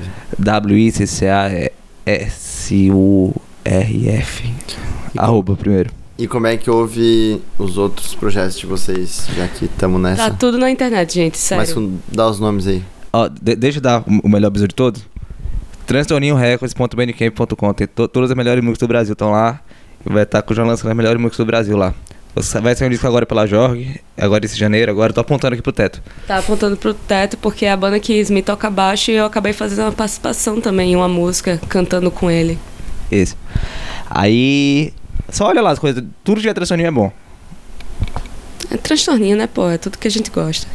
WICCASURF. @ primeiro. E como é que houve os outros projetos de vocês, já que estamos nessa? Tá tudo na internet, gente, sério. Mas dá os nomes aí. Ó, deixa eu dar o melhor bisu de todos. transtorninhorecords.bandcamp.com. Tem todas as melhores músicas do Brasil estão lá. E vai estar com o João lançando as melhores músicas do Brasil lá. Vai sair um disco agora pela Jorge, agora esse janeiro, agora eu tô apontando aqui pro teto. Tá apontando pro teto porque é a banda que Ismi toca baixo e eu acabei fazendo uma participação também em uma música, cantando com ele. Isso. Aí, só olha lá as coisas, tudo de transtorninho é bom. É transtorninho, né, pô? É tudo que a gente gosta.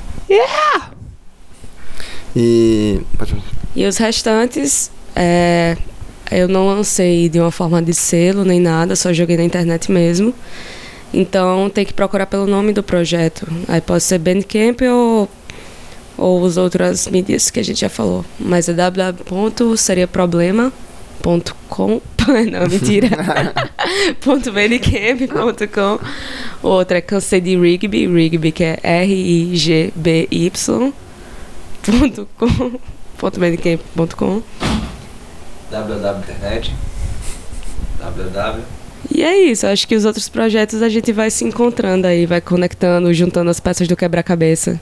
E... Pode falar. E os restantes, eu não lancei de uma forma de selo nem nada, só joguei na internet mesmo. Então tem que procurar pelo nome do projeto. Aí pode ser Bandcamp ou as outras mídias que a gente já falou. Mas é www.seriaproblema.com. Não, mentira. .bandcamp.com. Outra é Cansei de Rigby, que é rigby.com.bandcamp.com. www.internet. www. E é isso, acho que os outros projetos a gente vai se encontrando aí, vai conectando, juntando as peças do quebra-cabeça.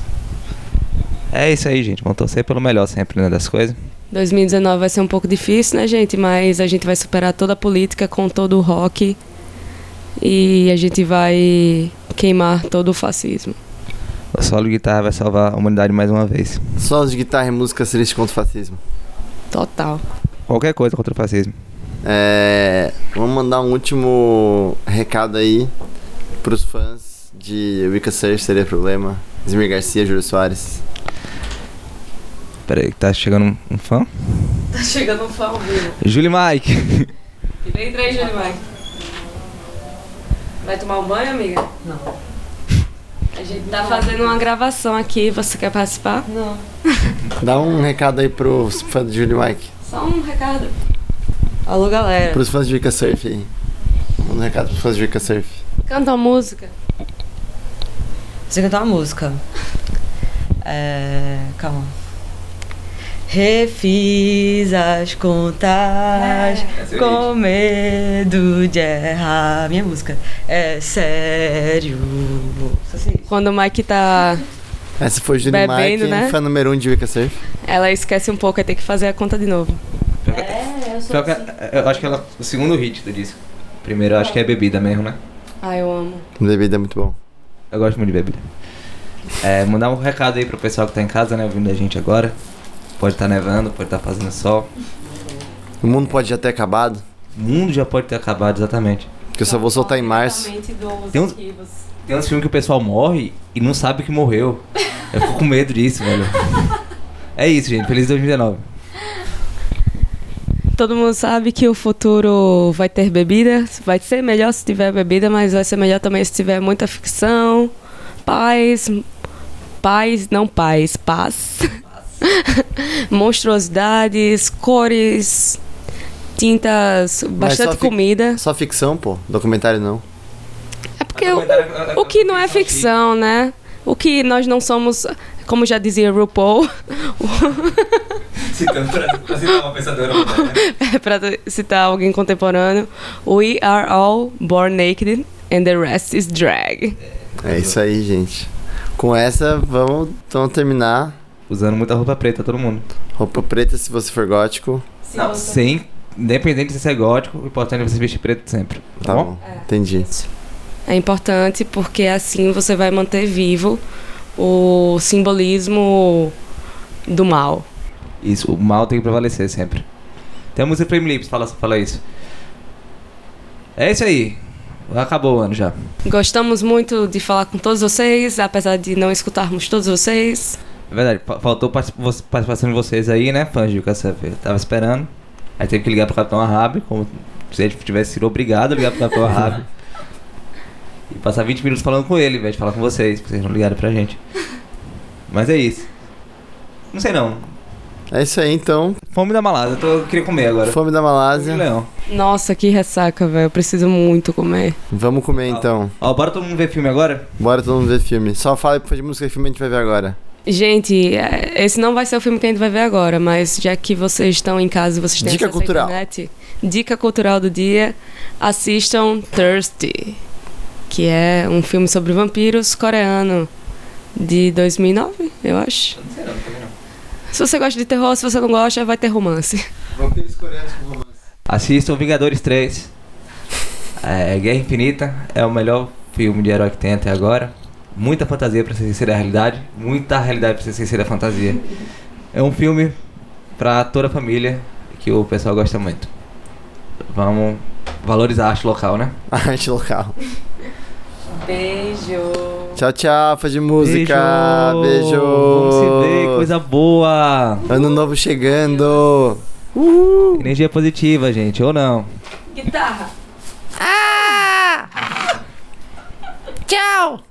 É isso aí, gente. Vamos torcer pelo melhor sempre, né, das coisas. 2019 vai ser um pouco difícil, né, gente? Mas a gente vai superar toda a política com todo o rock. E a gente vai queimar todo o fascismo. O solo de guitarra vai salvar a humanidade mais uma vez. Solos de guitarra e música triste contra o fascismo. Total. Qualquer coisa contra o fascismo. Vamos mandar um último recado aí pros fãs de Wicca Surf, Seria Problema, Ismi Garcia, Júlio Soares. Pera aí, tá chegando um fã? Tá chegando um fã ao vivo. Julie Mike. Entra aí, Júlio Mike. Vai tomar um banho, amiga? Não. A gente tá fazendo uma gravação aqui, você quer participar? Não. Dá um recado aí pros fãs de Júlio Mike. Só um recado. Alô, galera. Pros fãs de Wicca Surf aí. Um recado pros fãs de Wicca Surf. Canta uma música. Você cantar uma música. Calma. Refiz as contas com medo de errar. Minha música é sério. Quando o Mike tá Essa foi Júlio bebendo, Mike, né? fã número 1 de Wicca Surf. Ela esquece um pouco, aí tem que fazer a conta de novo. Eu acho que ela o segundo hit do disco. Primeiro eu acho que é bebida mesmo, né? Eu amo. Bebida é muito bom. Eu gosto muito de bebida. Mandar um recado aí pro pessoal que tá em casa, né, ouvindo a gente agora. Pode estar nevando, pode estar fazendo sol. O mundo pode já ter acabado, O mundo já pode ter acabado, exatamente. porque eu só vou soltar em março. Tem uns filmes que o pessoal morre e não sabe que morreu. Eu fico com medo disso, velho. É isso, gente. Feliz 2019. Todo mundo sabe que o futuro vai ter bebida. Vai ser melhor se tiver bebida, mas vai ser melhor também se tiver muita ficção. Paz. Monstruosidades, cores, tintas, bastante comida. Só ficção, pô. Documentário não. É porque o que não é ficção, né? O que nós não somos, como já dizia RuPaul, Citando pra citar uma pensadora moderna. Pra citar alguém contemporâneo, We are all born naked and the rest is drag. É isso aí, gente. Com essa, vamos então terminar. Usando muita roupa preta, todo mundo. Roupa preta se você for gótico. Não, sem... Independente de ser gótico, o importante é você vestir preto sempre. Tá bom? Entendi. É importante porque assim você vai manter vivo o simbolismo do mal. Isso, o mal tem que prevalecer sempre. Tem a música Flame Lips, fala isso. É isso aí. Acabou o ano já. Gostamos muito de falar com todos vocês, apesar de não escutarmos todos vocês. É verdade, faltou participação de vocês aí, né, fãs de Caçapé? Tava esperando. Aí teve que ligar pro Capitão Ahab, como se ele tivesse sido obrigado a ligar pro Capitão Ahab. E passar 20 minutos falando com ele, ao invés de falar com vocês, porque vocês não ligaram pra gente. Mas é isso. Não sei não. É isso aí, então. Fome da Malásia, eu queria comer agora. Fome da Malásia. Leão. Nossa, que ressaca, velho. Eu preciso muito comer. Vamos comer, então. Ó, bora todo mundo ver filme agora? Bora todo mundo ver filme. Só fala aí de música e filme a gente vai ver agora. Gente, esse não vai ser o filme que a gente vai ver agora, mas já que vocês estão em casa e vocês têm Dica acesso à cultural. internet, dica cultural do dia, assistam Thirsty, que é um filme sobre vampiros coreano de 2009, eu acho. Não sei não, também não. Se você gosta de terror, se você não gosta, vai ter romance. Vampiros coreanos com romance. Assistam Vingadores 3. Guerra Infinita é o melhor filme de herói que tem até agora. Muita fantasia pra se esquecer da realidade. Muita realidade pra se esquecer da fantasia. É um filme pra toda a família que o pessoal gosta muito. Vamos valorizar a arte local, né? A arte local. Beijo. Tchau, tchau, fã de música. Beijo. Vamos se ver, coisa boa. Ano novo chegando. Energia positiva, gente, ou não. Guitarra. Tchau!